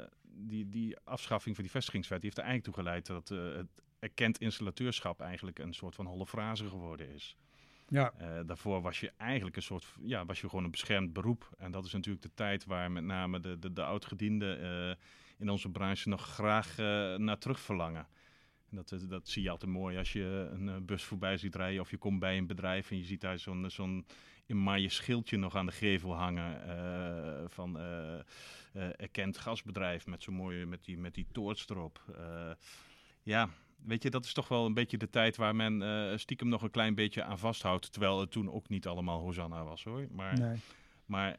Speaker 7: die afschaffing van die vestigingswet die heeft er eigenlijk toe geleid dat het erkend installateurschap eigenlijk een soort van holle frase geworden is.
Speaker 6: Ja.
Speaker 7: Daarvoor was je eigenlijk was je gewoon een beschermd beroep. En dat is natuurlijk de tijd waar met name de oud-gedienden in onze branche nog graag naar terug verlangen. En dat zie je altijd mooi als je een bus voorbij ziet rijden of je komt bij een bedrijf en je ziet daar zo'n emaille schildje nog aan de gevel hangen van erkend gasbedrijf met zo'n mooie, met die toorts erop. Weet je, dat is toch wel een beetje de tijd waar men stiekem nog een klein beetje aan vasthoudt. Terwijl het toen ook niet allemaal Hosanna was, hoor. Maar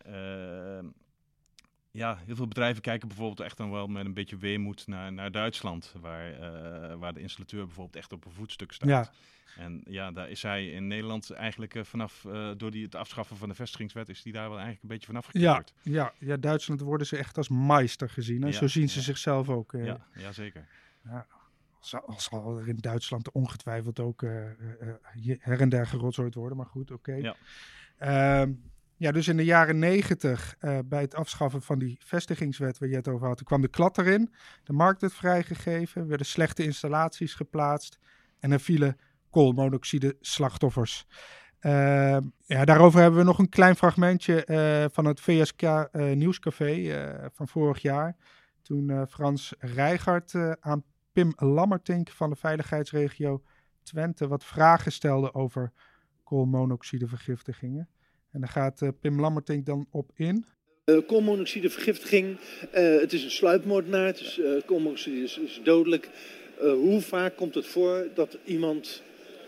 Speaker 7: heel veel bedrijven kijken bijvoorbeeld echt dan wel met een beetje weemoed naar Duitsland. Waar de installateur bijvoorbeeld echt op een voetstuk staat.
Speaker 6: Ja.
Speaker 7: En daar is hij in Nederland eigenlijk door het afschaffen van de vestigingswet, is die daar wel eigenlijk een beetje vanaf gekeerd.
Speaker 6: Ja, Duitsland worden ze echt als meester gezien. En zo zien ze zichzelf ook.
Speaker 7: Ja, zeker.
Speaker 6: Ja. Zal er in Duitsland ongetwijfeld ook her en der gerotzooid worden, maar goed, oké. Ja. Dus in de jaren 90, bij het afschaffen van die vestigingswet waar je het over had, kwam de klad erin. De markt werd vrijgegeven, werden slechte installaties geplaatst en er vielen koolmonoxide slachtoffers. Daarover hebben we nog een klein fragmentje van het VSK Nieuwscafé van vorig jaar. Toen Frans Rijgaard aan Pim Lammertink van de veiligheidsregio Twente wat vragen stelde over koolmonoxidevergiftigingen. En daar gaat Pim Lammertink dan op in.
Speaker 9: Koolmonoxidevergiftiging, het is een sluipmoordenaar, koolmonoxide is dodelijk. Hoe vaak komt het voor dat iemand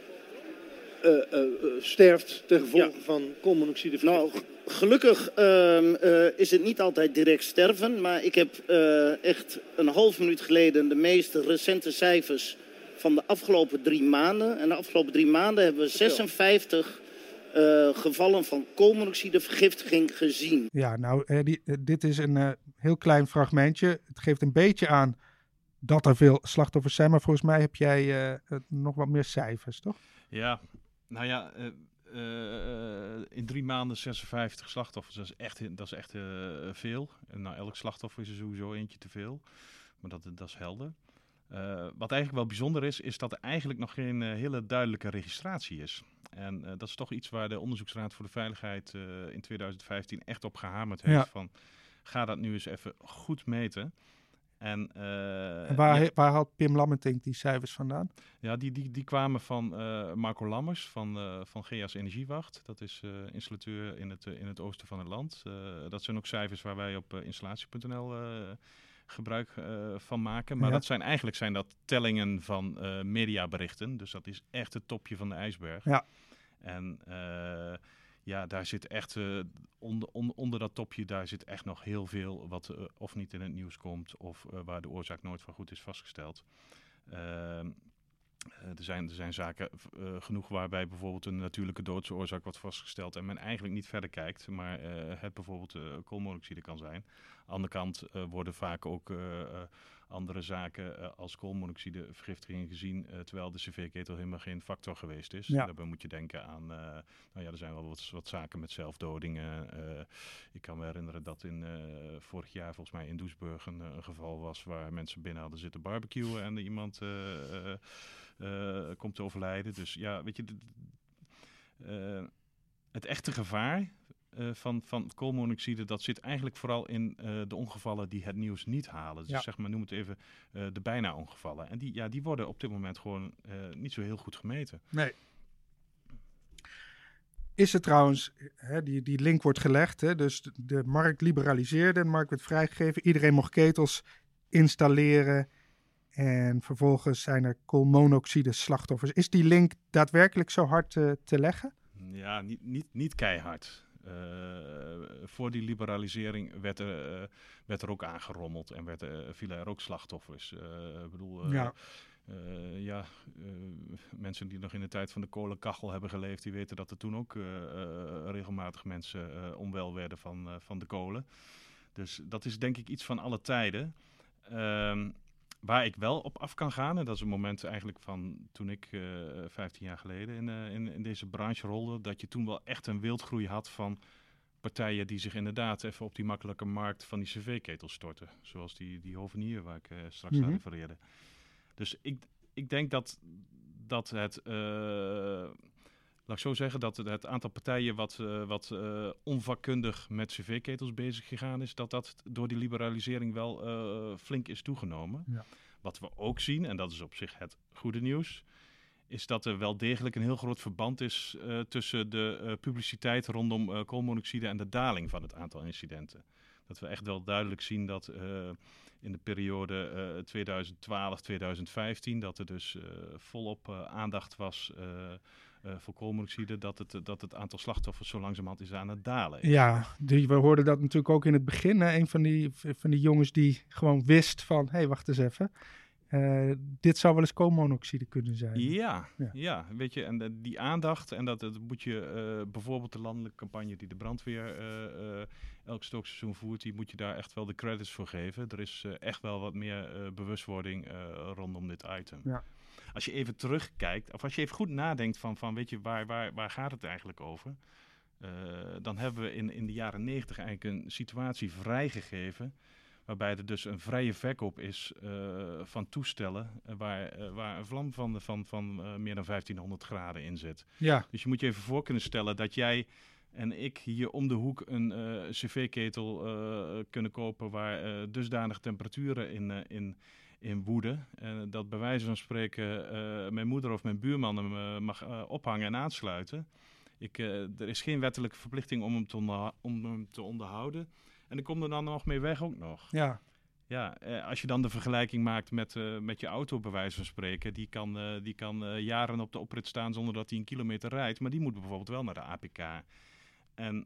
Speaker 9: sterft ten gevolge van koolmonoxidevergiftiging?
Speaker 10: Nou, gelukkig is het niet altijd direct sterven, maar ik heb echt een half minuut geleden de meest recente cijfers van de afgelopen 3 maanden. En de afgelopen 3 maanden hebben we 56 gevallen van koolmonoxidevergiftiging gezien.
Speaker 6: Ja, nou, dit is een heel klein fragmentje. Het geeft een beetje aan dat er veel slachtoffers zijn, maar volgens mij heb jij nog wat meer cijfers, toch?
Speaker 7: Ja, nou ja, in 3 maanden 56 slachtoffers, dat is echt veel. En nou, elk slachtoffer is er sowieso eentje te veel, maar dat is helder. Wat eigenlijk wel bijzonder is dat er eigenlijk nog geen hele duidelijke registratie is. En dat is toch iets waar de Onderzoeksraad voor de Veiligheid in 2015 echt op gehamerd heeft. Ja. Van, ga dat nu eens even goed meten. En
Speaker 6: waar haalt Pim Lammertink die cijfers vandaan?
Speaker 7: Ja, die kwamen van Marco Lammers van GEAS Energiewacht. Dat is installateur in het oosten van het land. Dat zijn ook cijfers waar wij op installatie.nl gebruik van maken. Maar dat zijn dat tellingen van mediaberichten. Dus dat is echt het topje van de ijsberg.
Speaker 6: Ja.
Speaker 7: En daar zit echt onder dat topje, daar zit echt nog heel veel wat of niet in het nieuws komt of waar de oorzaak nooit van goed is vastgesteld. Er zijn zaken genoeg waarbij bijvoorbeeld een natuurlijke doodsoorzaak wordt vastgesteld en men eigenlijk niet verder kijkt, maar het bijvoorbeeld koolmonoxide kan zijn. Aan de andere kant worden vaak ook andere zaken als koolmonoxidevergiftiging gezien, terwijl de cv-ketel helemaal geen factor geweest is. Ja. Daarbij moet je denken aan, er zijn wel wat zaken met zelfdodingen. Ik kan me herinneren dat vorig jaar volgens mij in Doesburg een geval was waar mensen binnen hadden zitten barbecuen en iemand komt te overlijden. Dus ja, weet je, het echte gevaar van koolmonoxide, dat zit eigenlijk vooral in de ongevallen die het nieuws niet halen. Dus zeg maar, noem het even de bijna ongevallen. En die worden op dit moment gewoon niet zo heel goed gemeten.
Speaker 6: Nee. Is het trouwens, die link wordt gelegd, dus de markt liberaliseerde, de markt werd vrijgegeven, iedereen mocht ketels installeren en vervolgens zijn er koolmonoxide slachtoffers. Is die link daadwerkelijk zo hard te leggen?
Speaker 7: Ja, niet keihard. Voor die liberalisering werd er ook aangerommeld en vielen er ook slachtoffers. Mensen die nog in de tijd van de kolenkachel hebben geleefd, die weten dat er toen ook regelmatig mensen onwel werden van de kolen. Dus dat is denk ik iets van alle tijden. Waar ik wel op af kan gaan, en dat is een moment eigenlijk van toen ik 15 jaar geleden in deze branche rolde, dat je toen wel echt een wildgroei had van partijen die zich inderdaad even op die makkelijke markt van die cv-ketels storten. Zoals die hovenier waar ik straks aan refereerde. Dus ik denk dat het... laat ik zo zeggen dat het aantal partijen wat onvakkundig met cv-ketels bezig gegaan is, dat door die liberalisering wel flink is toegenomen. Ja. Wat we ook zien, en dat is op zich het goede nieuws, is dat er wel degelijk een heel groot verband is tussen de publiciteit rondom koolmonoxide en de daling van het aantal incidenten. Dat we echt wel duidelijk zien dat in de periode 2012-2015, dat er dus volop aandacht was voor koolmonoxide, dat het aantal slachtoffers zo langzamerhand is aan het dalen.
Speaker 6: Ja, we hoorden dat natuurlijk ook in het begin. Hè? Een van die jongens die gewoon wist van, hé, wacht eens even. Dit zou wel eens koolmonoxide kunnen zijn.
Speaker 7: Ja, weet je, en die aandacht, en dat moet je bijvoorbeeld de landelijke campagne die de brandweer elk stookseizoen voert, die moet je daar echt wel de credits voor geven. Er is echt wel wat meer bewustwording rondom dit item. Ja. Als je even terugkijkt, of als je even goed nadenkt van weet je, waar gaat het eigenlijk over? Dan hebben we in de jaren 90 eigenlijk een situatie vrijgegeven waarbij er dus een vrije verkoop is van toestellen waar een vlam van meer dan 1500 graden in zit. Ja. Dus je moet je even voor kunnen stellen dat jij en ik hier om de hoek een cv-ketel kunnen kopen waar dusdanige temperaturen in woede. Dat bij wijze van spreken mijn moeder of mijn buurman hem mag ophangen en aansluiten. Er is geen wettelijke verplichting om hem te onderhouden. En ik kom er dan nog mee weg ook nog. Ja. Ja, als je dan de vergelijking maakt met je auto bij wijze van spreken. Die kan jaren op de oprit staan zonder dat hij een kilometer rijdt. Maar die moet bijvoorbeeld wel naar de APK. En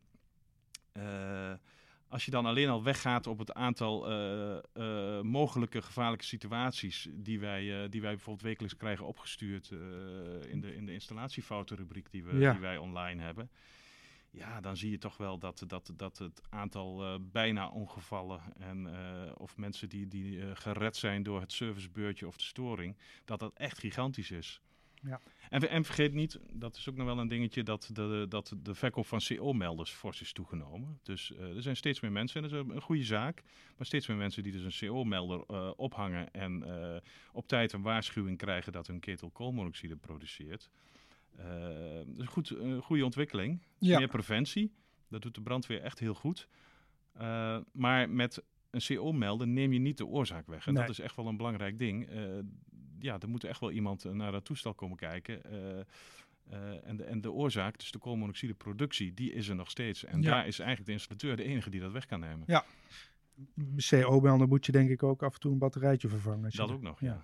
Speaker 7: als je dan alleen al weggaat op het aantal mogelijke gevaarlijke situaties die wij bijvoorbeeld wekelijks krijgen opgestuurd in de installatiefoutenrubriek die wij online hebben. Ja, dan zie je toch wel dat het aantal bijna ongevallen en of mensen die gered zijn door het servicebeurtje of de storing, dat echt gigantisch is. Ja. En vergeet niet, dat is ook nog wel een dingetje, dat de verkoop van CO-melders fors is toegenomen. Dus er zijn steeds meer mensen, en dat is een goede zaak, maar steeds meer mensen die dus een CO-melder ophangen en op tijd een waarschuwing krijgen dat hun ketel koolmonoxide produceert. Dus een goede ontwikkeling. Ja. Meer preventie. Dat doet de brandweer echt heel goed. Maar met een CO-melder neem je niet de oorzaak weg. En dat is echt wel een belangrijk ding. Er moet echt wel iemand naar dat toestel komen kijken. En de oorzaak, dus de koolmonoxideproductie, die is er nog steeds. En daar is eigenlijk de installateur de enige die dat weg kan nemen. Ja.
Speaker 6: CO-melder moet je denk ik ook af en toe een batterijtje vervangen.
Speaker 7: Dat ook nog, ja.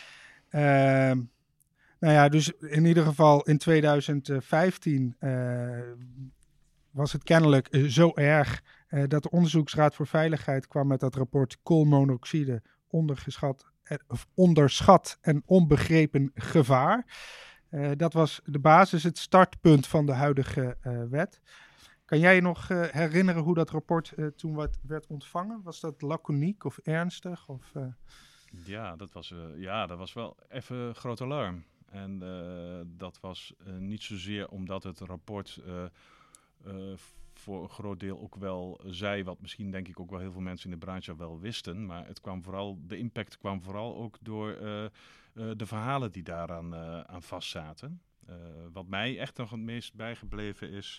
Speaker 6: Nou ja, dus in ieder geval in 2015 was het kennelijk zo erg dat de Onderzoeksraad voor Veiligheid kwam met dat rapport koolmonoxide onderschat en onbegrepen gevaar. Dat was de basis, het startpunt van de huidige wet. Kan jij je nog herinneren hoe dat rapport toen werd ontvangen? Was dat laconiek of ernstig? Of,
Speaker 7: Ja, dat was wel even groot alarm. En dat was niet zozeer omdat het rapport voor een groot deel ook wel zei, wat misschien denk ik ook wel heel veel mensen in de branche wel wisten. Maar de impact kwam vooral ook door de verhalen die daaraan aan vastzaten. Wat mij echt nog het meest bijgebleven is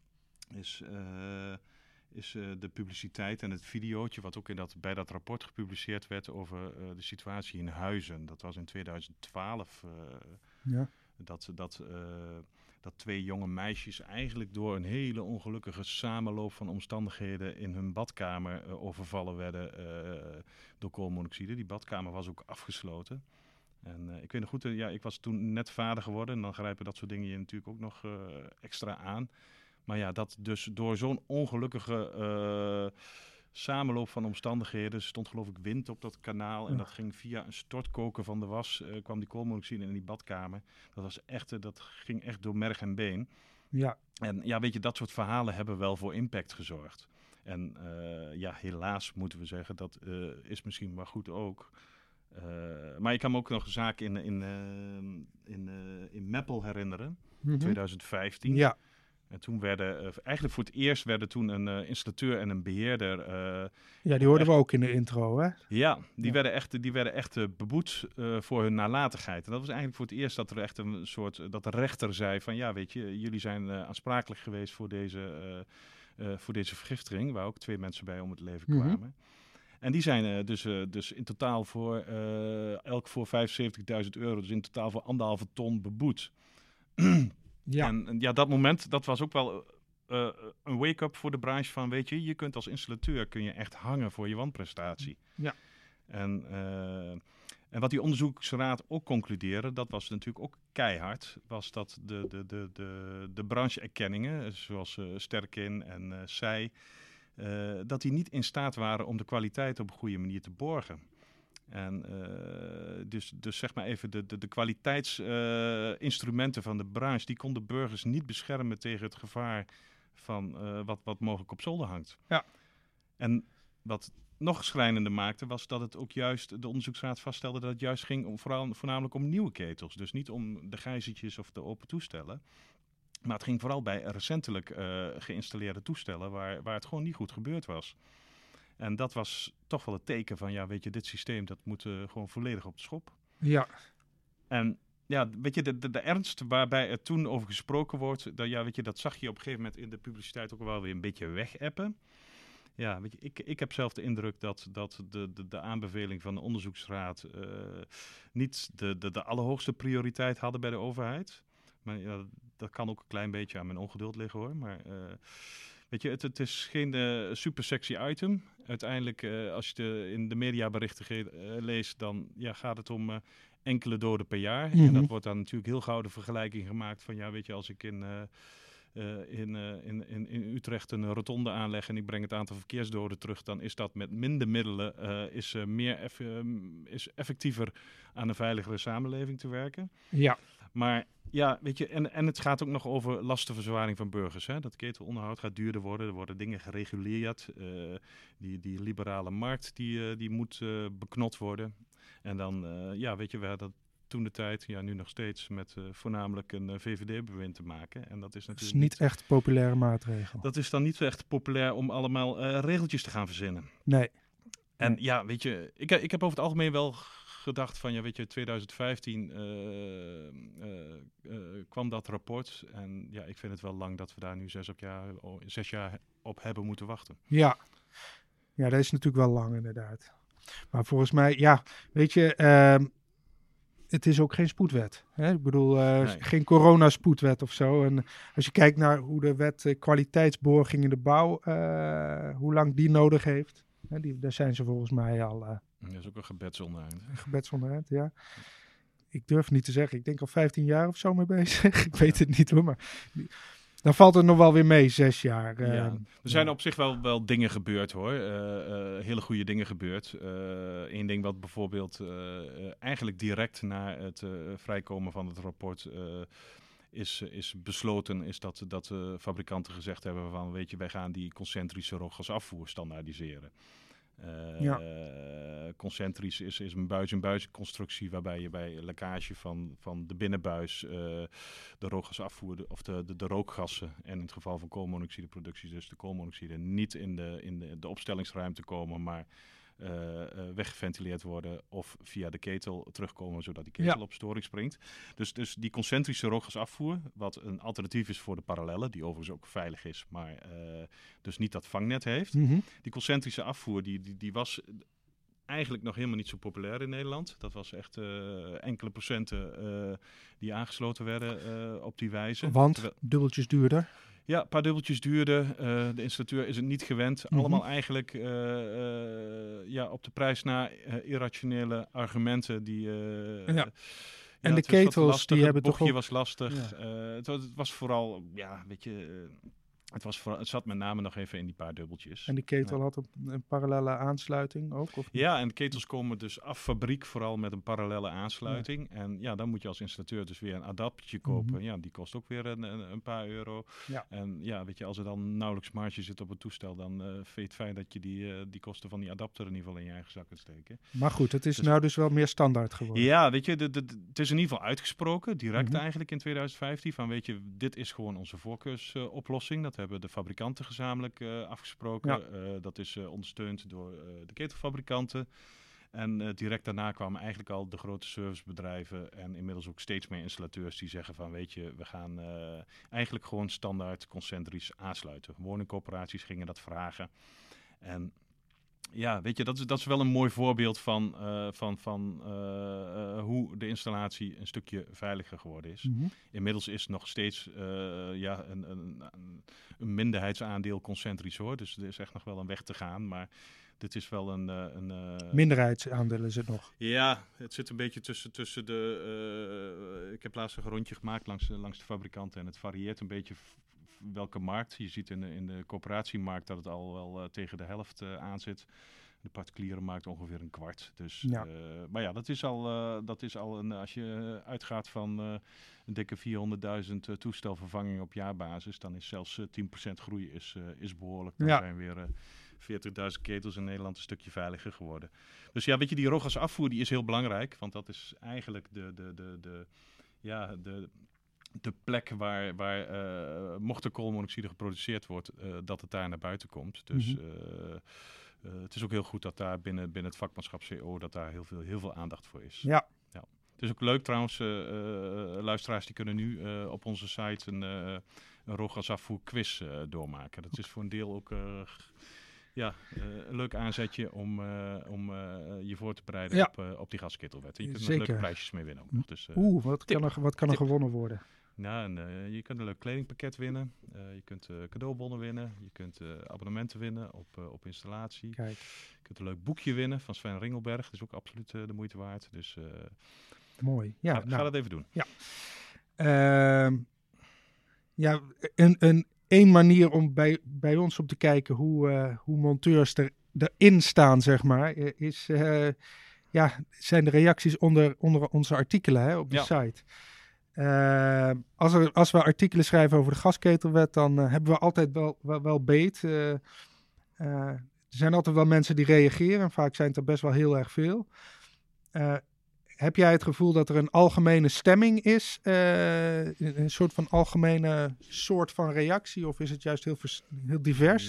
Speaker 7: de publiciteit en het videootje wat ook bij dat rapport gepubliceerd werd over de situatie in Huizen. Dat was in 2012. Dat twee jonge meisjes eigenlijk door een hele ongelukkige samenloop van omstandigheden in hun badkamer overvallen werden door koolmonoxide. Die badkamer was ook afgesloten. En ik weet nog goed, ik was toen net vader geworden en dan grijpen dat soort dingen je natuurlijk ook nog extra aan. Maar ja, dat dus door zo'n ongelukkige samenloop van omstandigheden. Er stond geloof ik wind op dat kanaal. En dat ging via een stortkoker van de was. Kwam die koolmonoxide in die badkamer. Dat ging echt door merg en been. Ja. En ja, weet je, dat soort verhalen hebben wel voor impact gezorgd. En helaas moeten we zeggen, dat is misschien maar goed ook. Maar ik kan me ook nog een zaak in Meppel herinneren. 2015. Ja. En toen werden, eigenlijk voor het eerst werden toen een installateur en een beheerder...
Speaker 6: die hoorden we ook in de intro, hè?
Speaker 7: Ja, die werden echt beboet voor hun nalatigheid. En dat was eigenlijk voor het eerst dat er echt een soort... dat de rechter zei van, ja, weet je, jullie zijn aansprakelijk geweest voor deze vergiftiging, waar ook 2 mensen bij om het leven kwamen. En die zijn dus in totaal elk voor €75.000, dus in totaal voor 1,5 ton beboet.
Speaker 6: Ja.
Speaker 7: En dat moment, dat was ook wel een wake-up voor de branche van, weet je kunt als installateur kun je echt hangen voor je wanprestatie.
Speaker 6: Ja.
Speaker 7: En wat die onderzoeksraad ook concludeerde, dat was natuurlijk ook keihard, was dat de brancheerkenningen, zoals Sterkin en SAI, dat die niet in staat waren om de kwaliteit op een goede manier te borgen. En dus zeg maar even de kwaliteitsinstrumenten van de branche, die konden burgers niet beschermen tegen het gevaar van wat mogelijk op zolder hangt.
Speaker 6: Ja.
Speaker 7: En wat nog schrijnender maakte, was dat het ook juist, de onderzoeksraad vaststelde dat het juist ging om voornamelijk om nieuwe ketels. Dus niet om de gijzertjes of de open toestellen. Maar het ging vooral bij recentelijk geïnstalleerde toestellen waar het gewoon niet goed gebeurd was. En dat was toch wel het teken van, ja, weet je, dit systeem, dat moet gewoon volledig op de schop.
Speaker 6: Ja.
Speaker 7: En ja, weet je, de ernst waarbij er toen over gesproken wordt, dat zag je op een gegeven moment in de publiciteit ook wel weer een beetje wegappen. Ja, weet je, ik heb zelf de indruk dat de aanbeveling van de onderzoeksraad niet de allerhoogste prioriteit hadden bij de overheid. Maar ja, dat kan ook een klein beetje aan mijn ongeduld liggen, hoor. Maar weet je, het is geen super sexy item. Uiteindelijk, als je in de mediaberichten leest, dan gaat het om enkele doden per jaar. En dat wordt dan natuurlijk heel gauw de vergelijking gemaakt van, ja, weet je, als ik in Utrecht een rotonde aanleg en ik breng het aantal verkeersdoden terug, dan is dat met minder middelen is effectiever aan een veiligere samenleving te werken.
Speaker 6: Ja.
Speaker 7: Maar ja, weet je, en het gaat ook nog over lastenverzwaring van burgers. Hè? Dat ketelonderhoud gaat duurder worden. Er worden dingen gereguleerd. Die liberale markt die moet beknot worden. En dan, weet je, we hadden toen de tijd, nu nog steeds, met voornamelijk een VVD-bewind te maken. En dat is natuurlijk
Speaker 6: niet echt een populaire maatregel.
Speaker 7: Dat is dan niet echt populair om allemaal regeltjes te gaan verzinnen.
Speaker 6: Nee.
Speaker 7: En ja, weet je, ik heb over het algemeen wel gedacht van, ja, weet je, 2015 kwam dat rapport. En ja, ik vind het wel lang dat we daar nu 6 jaar op hebben moeten wachten.
Speaker 6: Ja, dat is natuurlijk wel lang inderdaad. Maar volgens mij, ja, weet je, het is ook geen spoedwet. Hè? Ik bedoel, geen coronaspoedwet of zo. En als je kijkt naar hoe de wet kwaliteitsborging in de bouw, hoe lang die nodig heeft. Daar zijn ze volgens mij al...
Speaker 7: dat is ook een gebed zonder eind.
Speaker 6: Een gebed zonder eind, ja. Ik durf niet te zeggen. Ik denk al 15 jaar of zo mee bezig. Ik weet het niet hoor, maar... Dan valt het nog wel weer mee, 6 jaar.
Speaker 7: Er zijn op zich wel dingen gebeurd, hoor. Hele goede dingen gebeurd. Eén ding wat bijvoorbeeld eigenlijk direct na het vrijkomen van het rapport is besloten, is dat fabrikanten gezegd hebben van, weet je, wij gaan die concentrische rookgasafvoer standaardiseren. Concentrisch is een buis-in-buis constructie waarbij je bij lekkage van de binnenbuis de rookgasafvoer of de rookgassen en in het geval van koolmonoxideproductie dus de koolmonoxide niet in de opstellingsruimte komen, maar weggeventileerd worden of via de ketel terugkomen zodat die ketel op storing springt. Dus die concentrische rookgasafvoer, wat een alternatief is voor de parallellen, die overigens ook veilig is, maar dus niet dat vangnet heeft.
Speaker 6: Mm-hmm.
Speaker 7: Die concentrische afvoer die was eigenlijk nog helemaal niet zo populair in Nederland. Dat was echt enkele procenten die aangesloten werden op die wijze.
Speaker 6: Want dubbeltjes duurder?
Speaker 7: Ja, een paar dubbeltjes duurder. De installateur is het niet gewend.
Speaker 6: Mm-hmm.
Speaker 7: Allemaal eigenlijk op de prijs na irrationele argumenten die...
Speaker 6: en de ketels die hebben
Speaker 7: toch... Het bochtje
Speaker 6: ook...
Speaker 7: was lastig. Het was vooral, weet je... Het zat met name nog even in die paar dubbeltjes.
Speaker 6: En die ketel had een parallelle aansluiting ook? Of niet?
Speaker 7: Ja, en de ketels komen dus af fabriek vooral met een parallelle aansluiting. Ja. En ja, dan moet je als installateur dus weer een adaptertje kopen. Ja, die kost ook weer een paar euro. Ja. En ja, weet je, als er dan nauwelijks marge zit op het toestel, dan vind je het fijn dat je die kosten van die adapter in ieder geval in je eigen zak kunt steken.
Speaker 6: Maar goed, het is nou dus wel meer standaard geworden.
Speaker 7: Ja, weet je, het is in ieder geval uitgesproken, direct eigenlijk in 2015, van weet je, dit is gewoon onze voorkeursoplossing. Dat hebben de fabrikanten gezamenlijk afgesproken. Ja. Dat is ondersteund door de ketelfabrikanten. En direct daarna kwamen eigenlijk al de grote servicebedrijven en inmiddels ook steeds meer installateurs die zeggen van weet je, we gaan eigenlijk gewoon standaard concentrisch aansluiten. Woningcorporaties gingen dat vragen. En ja, weet je, dat is wel een mooi voorbeeld van hoe de installatie een stukje veiliger geworden is. Inmiddels is nog steeds een minderheidsaandeel concentrisch hoor. Dus er is echt nog wel een weg te gaan, maar dit is wel een
Speaker 6: minderheidsaandeel is het nog?
Speaker 7: Ja, het zit een beetje tussen de... ik heb laatst een rondje gemaakt langs de fabrikanten en het varieert een beetje welke markt. Je ziet in de coöperatiemarkt dat het al wel tegen de helft aan zit. De particuliere markt ongeveer een kwart. Dus, ja. Maar ja, dat is al een, als je uitgaat van een dikke 400.000 toestelvervangingen op jaarbasis, dan is zelfs 10% groei is behoorlijk. Dan zijn weer 40.000 ketels in Nederland een stukje veiliger geworden. Dus ja, weet je, die ROGAS-afvoer die is heel belangrijk, want dat is eigenlijk de plek waar mocht er koolmonoxide geproduceerd wordt, dat het daar naar buiten komt. Dus het is ook heel goed dat daar binnen het vakmanschap CO dat daar heel veel aandacht voor is.
Speaker 6: Ja.
Speaker 7: Het is ook leuk trouwens, luisteraars die kunnen nu op onze site een ROGAS-afvoer quiz doormaken. Dat is voor een deel ook een leuk aanzetje om je voor te bereiden op die gasketelwet. En je kunt er leuke prijsjes mee winnen ook nog. Dus,
Speaker 6: wat kan er gewonnen worden?
Speaker 7: Nou, je kunt een leuk kledingpakket winnen. Je kunt cadeaubonnen winnen. Je kunt abonnementen winnen op installatie.
Speaker 6: Kijk.
Speaker 7: Je kunt een leuk boekje winnen van Sven Ringelberg. Dat is ook absoluut de moeite waard. Dus
Speaker 6: mooi. Ja,
Speaker 7: ga dat even doen.
Speaker 6: Ja, een manier om bij ons op te kijken hoe monteurs erin staan, zeg maar, zijn de reacties onder onze artikelen op de site. Als we artikelen schrijven over de gasketelwet, dan hebben we altijd wel beet. Er zijn altijd wel mensen die reageren. Vaak zijn het er best wel heel erg veel. Heb jij het gevoel dat er een algemene stemming is? Een soort van algemene soort van reactie? Of is het juist heel divers?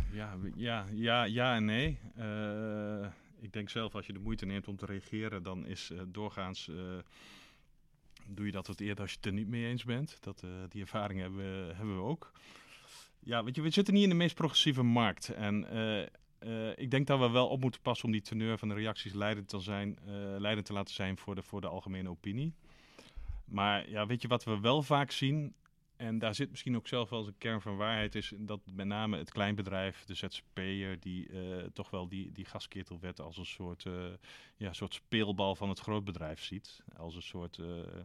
Speaker 7: Ja en nee. Ik denk zelf, als je de moeite neemt om te reageren, dan is doorgaans... doe je dat wat eerder als je het er niet mee eens bent. Die ervaring hebben we ook. Ja, weet je, we zitten niet in de meest progressieve markt. En ik denk dat we wel op moeten passen om die teneur van de reacties leidend te laten zijn voor de algemene opinie. Maar ja, weet je wat we wel vaak zien, en daar zit misschien ook zelf wel eens een kern van waarheid, is dat met name het kleinbedrijf, de ZZP'er, die toch wel die gasketelwet als een soort speelbal van het grootbedrijf ziet. Als een soort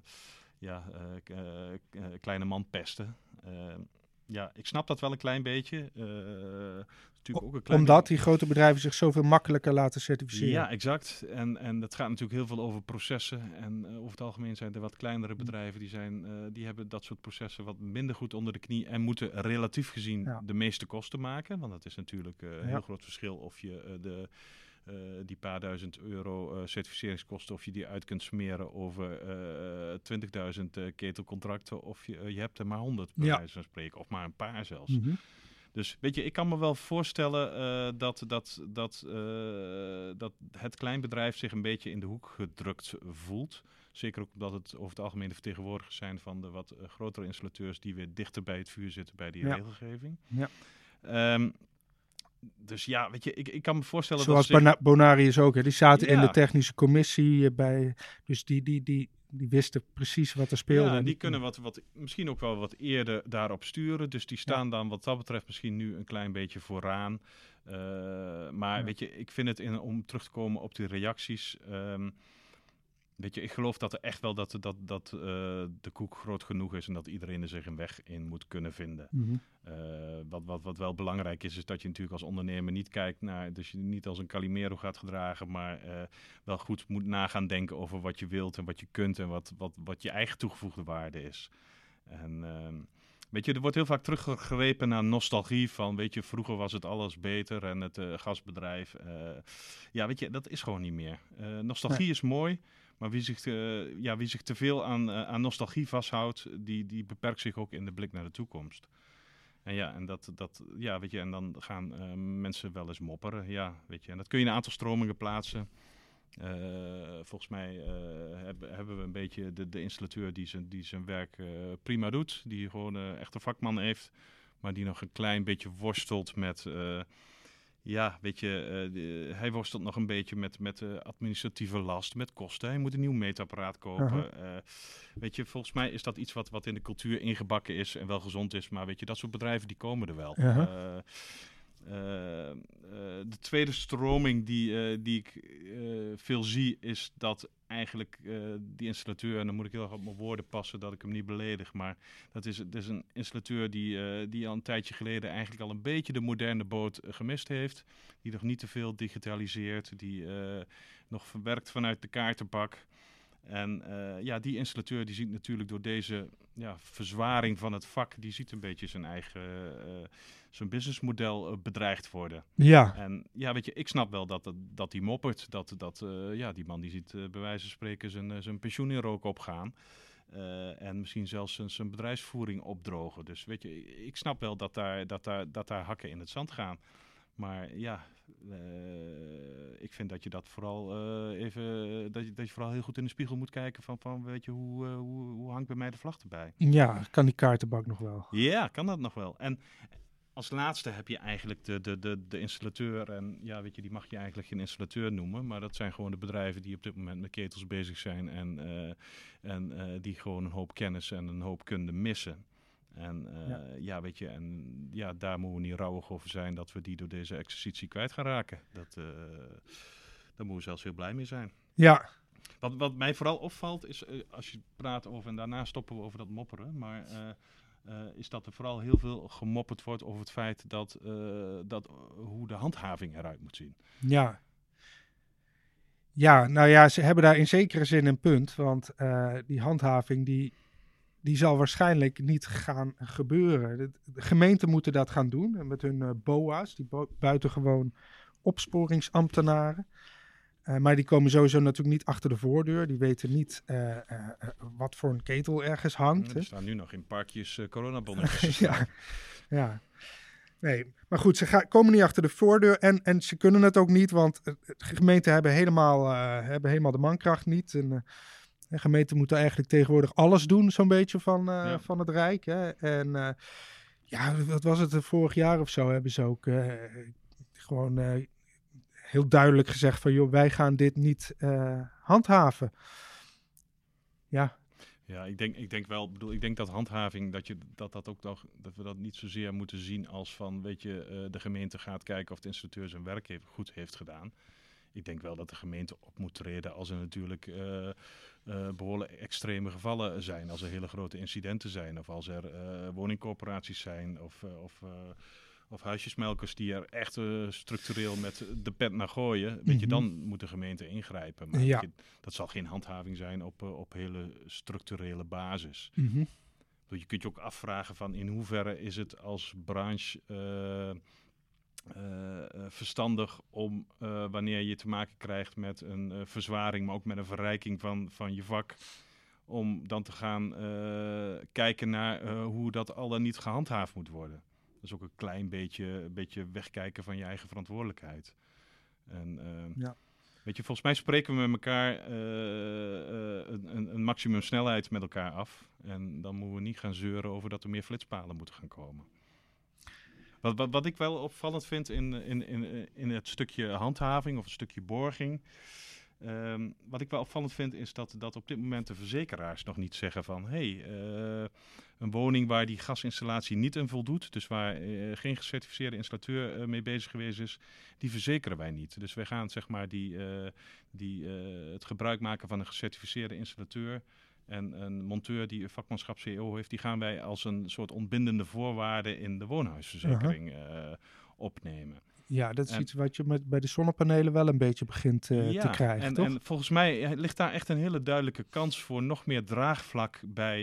Speaker 7: kleine man pesten. Ja, ik snap dat wel een klein beetje. Ook een
Speaker 6: Omdat die grote bedrijven zich zoveel makkelijker laten certificeren.
Speaker 7: Ja, exact. En dat gaat natuurlijk heel veel over processen. En over het algemeen zijn er wat kleinere bedrijven die hebben dat soort processen wat minder goed onder de knie en moeten relatief gezien de meeste kosten maken. Want dat is natuurlijk een heel groot verschil of je die paar duizend euro certificeringskosten, of je die uit kunt smeren over 20.000 ketelcontracten, of je hebt er maar 100 bij wijze van spreken, of maar een paar zelfs. Mm-hmm. Dus weet je, ik kan me wel voorstellen dat het kleinbedrijf zich een beetje in de hoek gedrukt voelt. Zeker ook omdat het over het algemeen de vertegenwoordigers zijn van de wat grotere installateurs die weer dichter bij het vuur zitten bij die regelgeving. Ja. Dus ja, weet je, ik kan me voorstellen
Speaker 6: zoals
Speaker 7: dat...
Speaker 6: Bonarius ook, hè? Die zaten in de technische commissie bij... Dus die wisten precies wat er speelde.
Speaker 7: Ja, en die kunnen misschien ook wel wat eerder daarop sturen. Dus die staan dan wat dat betreft misschien nu een klein beetje vooraan. Maar weet je, ik vind het om terug te komen op die reacties... Weet je, ik geloof dat er echt wel dat de koek groot genoeg is en dat iedereen er zich een weg in moet kunnen vinden.
Speaker 6: Mhm.
Speaker 7: Wat wel belangrijk is dat je natuurlijk als ondernemer niet kijkt naar, dus je niet als een Calimero gaat gedragen, maar wel goed moet nagaan denken over wat je wilt en wat je kunt en wat je eigen toegevoegde waarde is. En weet je, er wordt heel vaak teruggegrepen naar nostalgie van, weet je, vroeger was het alles beter en het gasbedrijf. Ja, weet je, dat is gewoon niet meer. Nostalgie is mooi. Maar wie zich te veel aan nostalgie vasthoudt, die beperkt zich ook in de blik naar de toekomst. En weet je, en dan gaan mensen wel eens mopperen. Ja, weet je, en dat kun je in een aantal stromingen plaatsen. Volgens mij hebben we een beetje de installateur die zijn werk prima doet. Die gewoon echt een vakman heeft. Maar die nog een klein beetje worstelt met... weet je, hij worstelt nog een beetje met administratieve last, met kosten. Hij moet een nieuw meetapparaat kopen. Weet je, volgens mij is dat iets wat in de cultuur ingebakken is en wel gezond is. Maar weet je, dat soort bedrijven die komen er wel. De tweede stroming die ik veel zie is dat eigenlijk die installateur, en dan moet ik heel erg op mijn woorden passen dat ik hem niet beledig, maar dat is een installateur die al een tijdje geleden eigenlijk al een beetje de moderne boot gemist heeft. Die nog niet te veel digitaliseert, die nog verwerkt vanuit de kaartenbak. En die installateur die ziet natuurlijk door deze verzwaring van het vak, die ziet een beetje zijn eigen zijn businessmodel bedreigd worden.
Speaker 6: Ja.
Speaker 7: En ja, weet je, ik snap wel dat die moppert. Die man die ziet bij wijze van spreken zijn pensioen in rook opgaan. En misschien zelfs zijn bedrijfsvoering opdrogen. Dus weet je, ik snap wel dat daar hakken in het zand gaan. Maar ja, ik vind dat je dat vooral dat je vooral heel goed in de spiegel moet kijken van weet je, hoe hangt bij mij de vlag erbij?
Speaker 6: Ja, kan die kaartenbak nog wel?
Speaker 7: Ja, kan dat nog wel. En als laatste heb je eigenlijk de installateur. En ja, weet je, die mag je eigenlijk geen installateur noemen. Maar dat zijn gewoon de bedrijven die op dit moment met ketels bezig zijn. En die gewoon een hoop kennis en een hoop kunde missen. En weet je, en ja, daar moeten we niet rouwig over zijn dat we die door deze exercitie kwijt gaan raken. Daar moeten we zelfs heel blij mee zijn.
Speaker 6: Ja.
Speaker 7: Wat mij vooral opvalt is, als je praat over, en daarna stoppen we over dat mopperen, maar is dat er vooral heel veel gemopperd wordt over het feit dat hoe de handhaving eruit moet zien.
Speaker 6: Ja. Ja, nou ja, ze hebben daar in zekere zin een punt, want die handhaving die zal waarschijnlijk niet gaan gebeuren. De gemeenten moeten dat gaan doen met hun BOA's, die buitengewoon opsporingsambtenaren. Maar die komen sowieso natuurlijk niet achter de voordeur. Die weten niet wat voor een ketel ergens hangt.
Speaker 7: Er staan nu nog in parkjes coronabonnetjes.
Speaker 6: Ja. Nee, maar goed, ze komen niet achter de voordeur en ze kunnen het ook niet, want de gemeenten hebben helemaal de mankracht niet. En de gemeenten moeten eigenlijk tegenwoordig alles doen, zo'n beetje van het Rijk. Hè. En wat was het, vorig jaar of zo hebben ze ook gewoon heel duidelijk gezegd van, joh, wij gaan dit niet handhaven. Ja.
Speaker 7: Ja, ik denk wel, ik denk dat handhaving, dat we dat niet zozeer moeten zien als van, weet je, de gemeente gaat kijken of de installateur zijn werk goed heeft gedaan. Ik denk wel dat de gemeente op moet treden als er natuurlijk behoorlijk extreme gevallen zijn. Als er hele grote incidenten zijn of als er woningcorporaties zijn of huisjesmelkers die er echt structureel met de pet naar gooien. Weet je, dan moet de gemeente ingrijpen. Maar weet je, dat zal geen handhaving zijn op hele structurele basis.
Speaker 6: Mm-hmm.
Speaker 7: Je kunt je ook afvragen van in hoeverre is het als branche verstandig om wanneer je te maken krijgt met een verzwaring, maar ook met een verrijking van je vak, om dan te gaan kijken naar hoe dat al dan niet gehandhaafd moet worden. Dat is ook een klein beetje wegkijken van je eigen verantwoordelijkheid. En weet je, volgens mij spreken we met elkaar een maximum snelheid met elkaar af. En dan moeten we niet gaan zeuren over dat er meer flitspalen moeten gaan komen. Wat ik wel opvallend vind in het stukje handhaving of een stukje borging, Wat ik wel opvallend vind is dat op dit moment de verzekeraars nog niet zeggen van... een woning waar die gasinstallatie niet aan voldoet, dus waar geen gecertificeerde installateur mee bezig geweest is, die verzekeren wij niet. Dus wij gaan zeg maar het gebruik maken van een gecertificeerde installateur en een monteur die een vakmanschap CO heeft, die gaan wij als een soort ontbindende voorwaarde in de woonhuisverzekering opnemen.
Speaker 6: Ja, dat is iets wat je bij de zonnepanelen wel een beetje begint te krijgen, toch?
Speaker 7: En volgens mij ligt daar echt een hele duidelijke kans voor nog meer draagvlak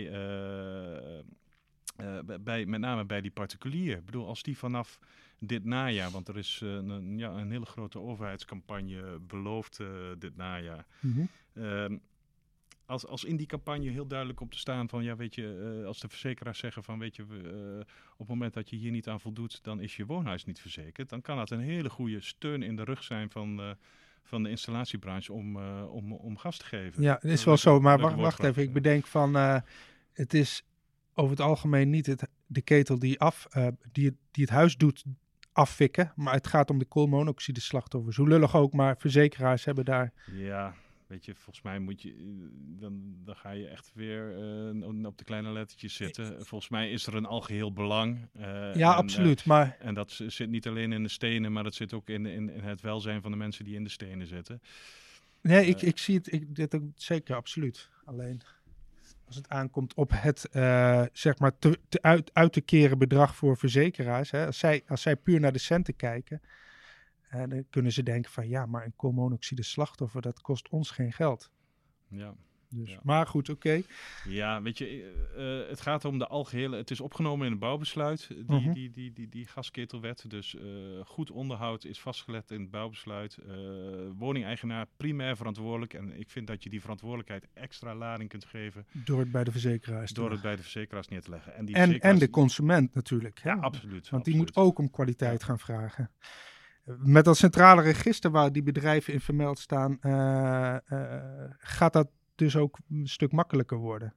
Speaker 7: met name bij die particulier. Ik bedoel, als die vanaf dit najaar, want er is een hele grote overheidscampagne beloofd dit najaar. Mm-hmm. Als in die campagne heel duidelijk komt te staan van, ja, weet je, als de verzekeraars zeggen van, weet je, op het moment dat je hier niet aan voldoet, dan is je woonhuis niet verzekerd. Dan kan dat een hele goede steun in de rug zijn van de installatiebranche om gas te geven.
Speaker 6: Ja, dat is wel zo, maar wacht even. Ik bedenk van, het is over het algemeen niet de ketel die het huis doet affikken, maar het gaat om de koolmonoxide slachtoffers. Hoe lullig ook, maar verzekeraars hebben daar...
Speaker 7: Ja, weet je, volgens mij moet je, dan ga je echt weer op de kleine lettertjes zitten. Volgens mij is er een algeheel belang.
Speaker 6: Absoluut.
Speaker 7: En dat zit niet alleen in de stenen, maar dat zit ook in het welzijn van de mensen die in de stenen zitten.
Speaker 6: Nee, ik zie dit ook zeker, absoluut. Alleen als het aankomt op het zeg maar uit te keren bedrag voor verzekeraars. Hè, als zij puur naar de centen kijken, dan kunnen ze denken van ja, maar een koolmonoxide slachtoffer, dat kost ons geen geld.
Speaker 7: Ja.
Speaker 6: Dus,
Speaker 7: ja.
Speaker 6: Maar goed, oké.
Speaker 7: Ja, weet je, het gaat om de algehele... Het is opgenomen in het bouwbesluit, die gasketelwet. Dus goed onderhoud is vastgelegd in het bouwbesluit. Woningeigenaar primair verantwoordelijk. En ik vind dat je die verantwoordelijkheid extra lading kunt geven.
Speaker 6: Door het bij de verzekeraars
Speaker 7: neer te leggen.
Speaker 6: En de consument natuurlijk.
Speaker 7: Ja, absoluut.
Speaker 6: Want die moet ook om kwaliteit gaan vragen. Met dat centrale register waar die bedrijven in vermeld staan, gaat dat dus ook een stuk makkelijker worden.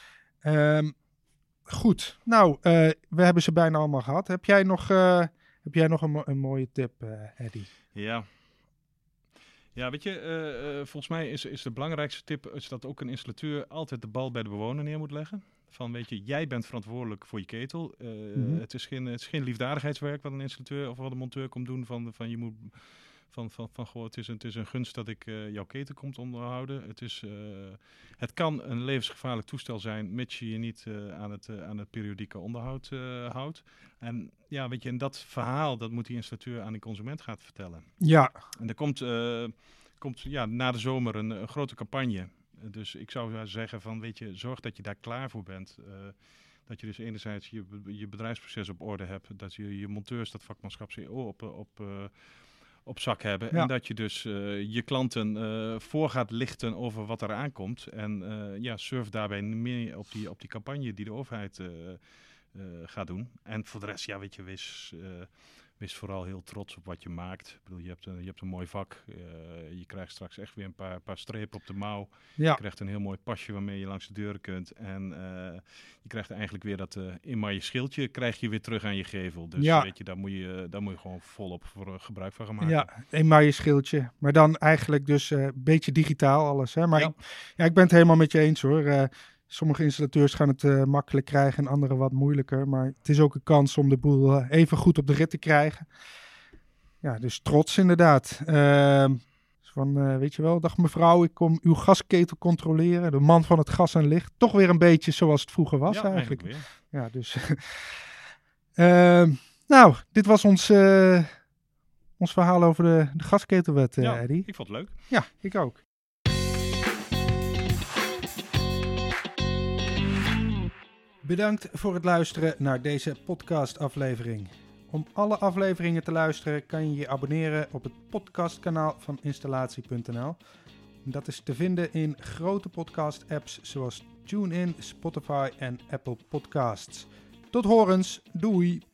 Speaker 6: Goed, nou, we hebben ze bijna allemaal gehad. Heb jij nog een mooie tip, Eddy?
Speaker 7: Ja, weet je, volgens mij is de belangrijkste tip is dat ook een installateur altijd de bal bij de bewoner neer moet leggen. Van, weet je, jij bent verantwoordelijk voor je ketel. Het is geen liefdadigheidswerk wat een installateur of wat een monteur komt doen. Van je moet... Goh, het is een gunst dat ik jouw keten komt onderhouden. Het kan een levensgevaarlijk toestel zijn, mits je je niet aan het periodieke onderhoud houdt. En ja, weet je, en dat verhaal, dat moet die installateur aan die consument gaan vertellen.
Speaker 6: Ja.
Speaker 7: En er komt na de zomer een grote campagne. Dus ik zou zeggen van, weet je, zorg dat je daar klaar voor bent. Dat je dus enerzijds je bedrijfsproces op orde hebt. Dat je monteurs dat vakmanschap CO op zak hebben. Ja. En dat je dus je klanten voor gaat lichten over wat er aankomt. En surf daarbij meer op die campagne die de overheid gaat doen. En voor de rest, ja, weet je, wees vooral heel trots op wat je maakt. Ik bedoel, je hebt een mooi vak. Je krijgt straks echt weer een paar strepen op de mouw. Ja. Je krijgt een heel mooi pasje waarmee je langs de deuren kunt. En je krijgt eigenlijk weer dat inmaaien schildje krijg je weer terug aan je gevel. Dus weet je, daar moet je gewoon volop voor gebruik van gaan maken.
Speaker 6: Ja, inmaaien schildje. Maar dan eigenlijk dus een beetje digitaal alles. Hè? Maar ik ben het helemaal met je eens hoor. Sommige installateurs gaan het makkelijk krijgen en andere wat moeilijker. Maar het is ook een kans om de boel even goed op de rit te krijgen. Ja, dus trots inderdaad. Weet je wel, dag mevrouw, ik kom uw gasketel controleren. De man van het gas en licht. Toch weer een beetje zoals het vroeger was eigenlijk. Ja, dus... nou, dit was ons verhaal over de gasketelwet, Eddy.
Speaker 7: Ik vond het leuk.
Speaker 6: Ja, ik ook. Bedankt voor het luisteren naar deze podcastaflevering. Om alle afleveringen te luisteren kan je je abonneren op het podcastkanaal van Installatie.nl. Dat is te vinden in grote podcast-apps zoals TuneIn, Spotify en Apple Podcasts. Tot horens, doei!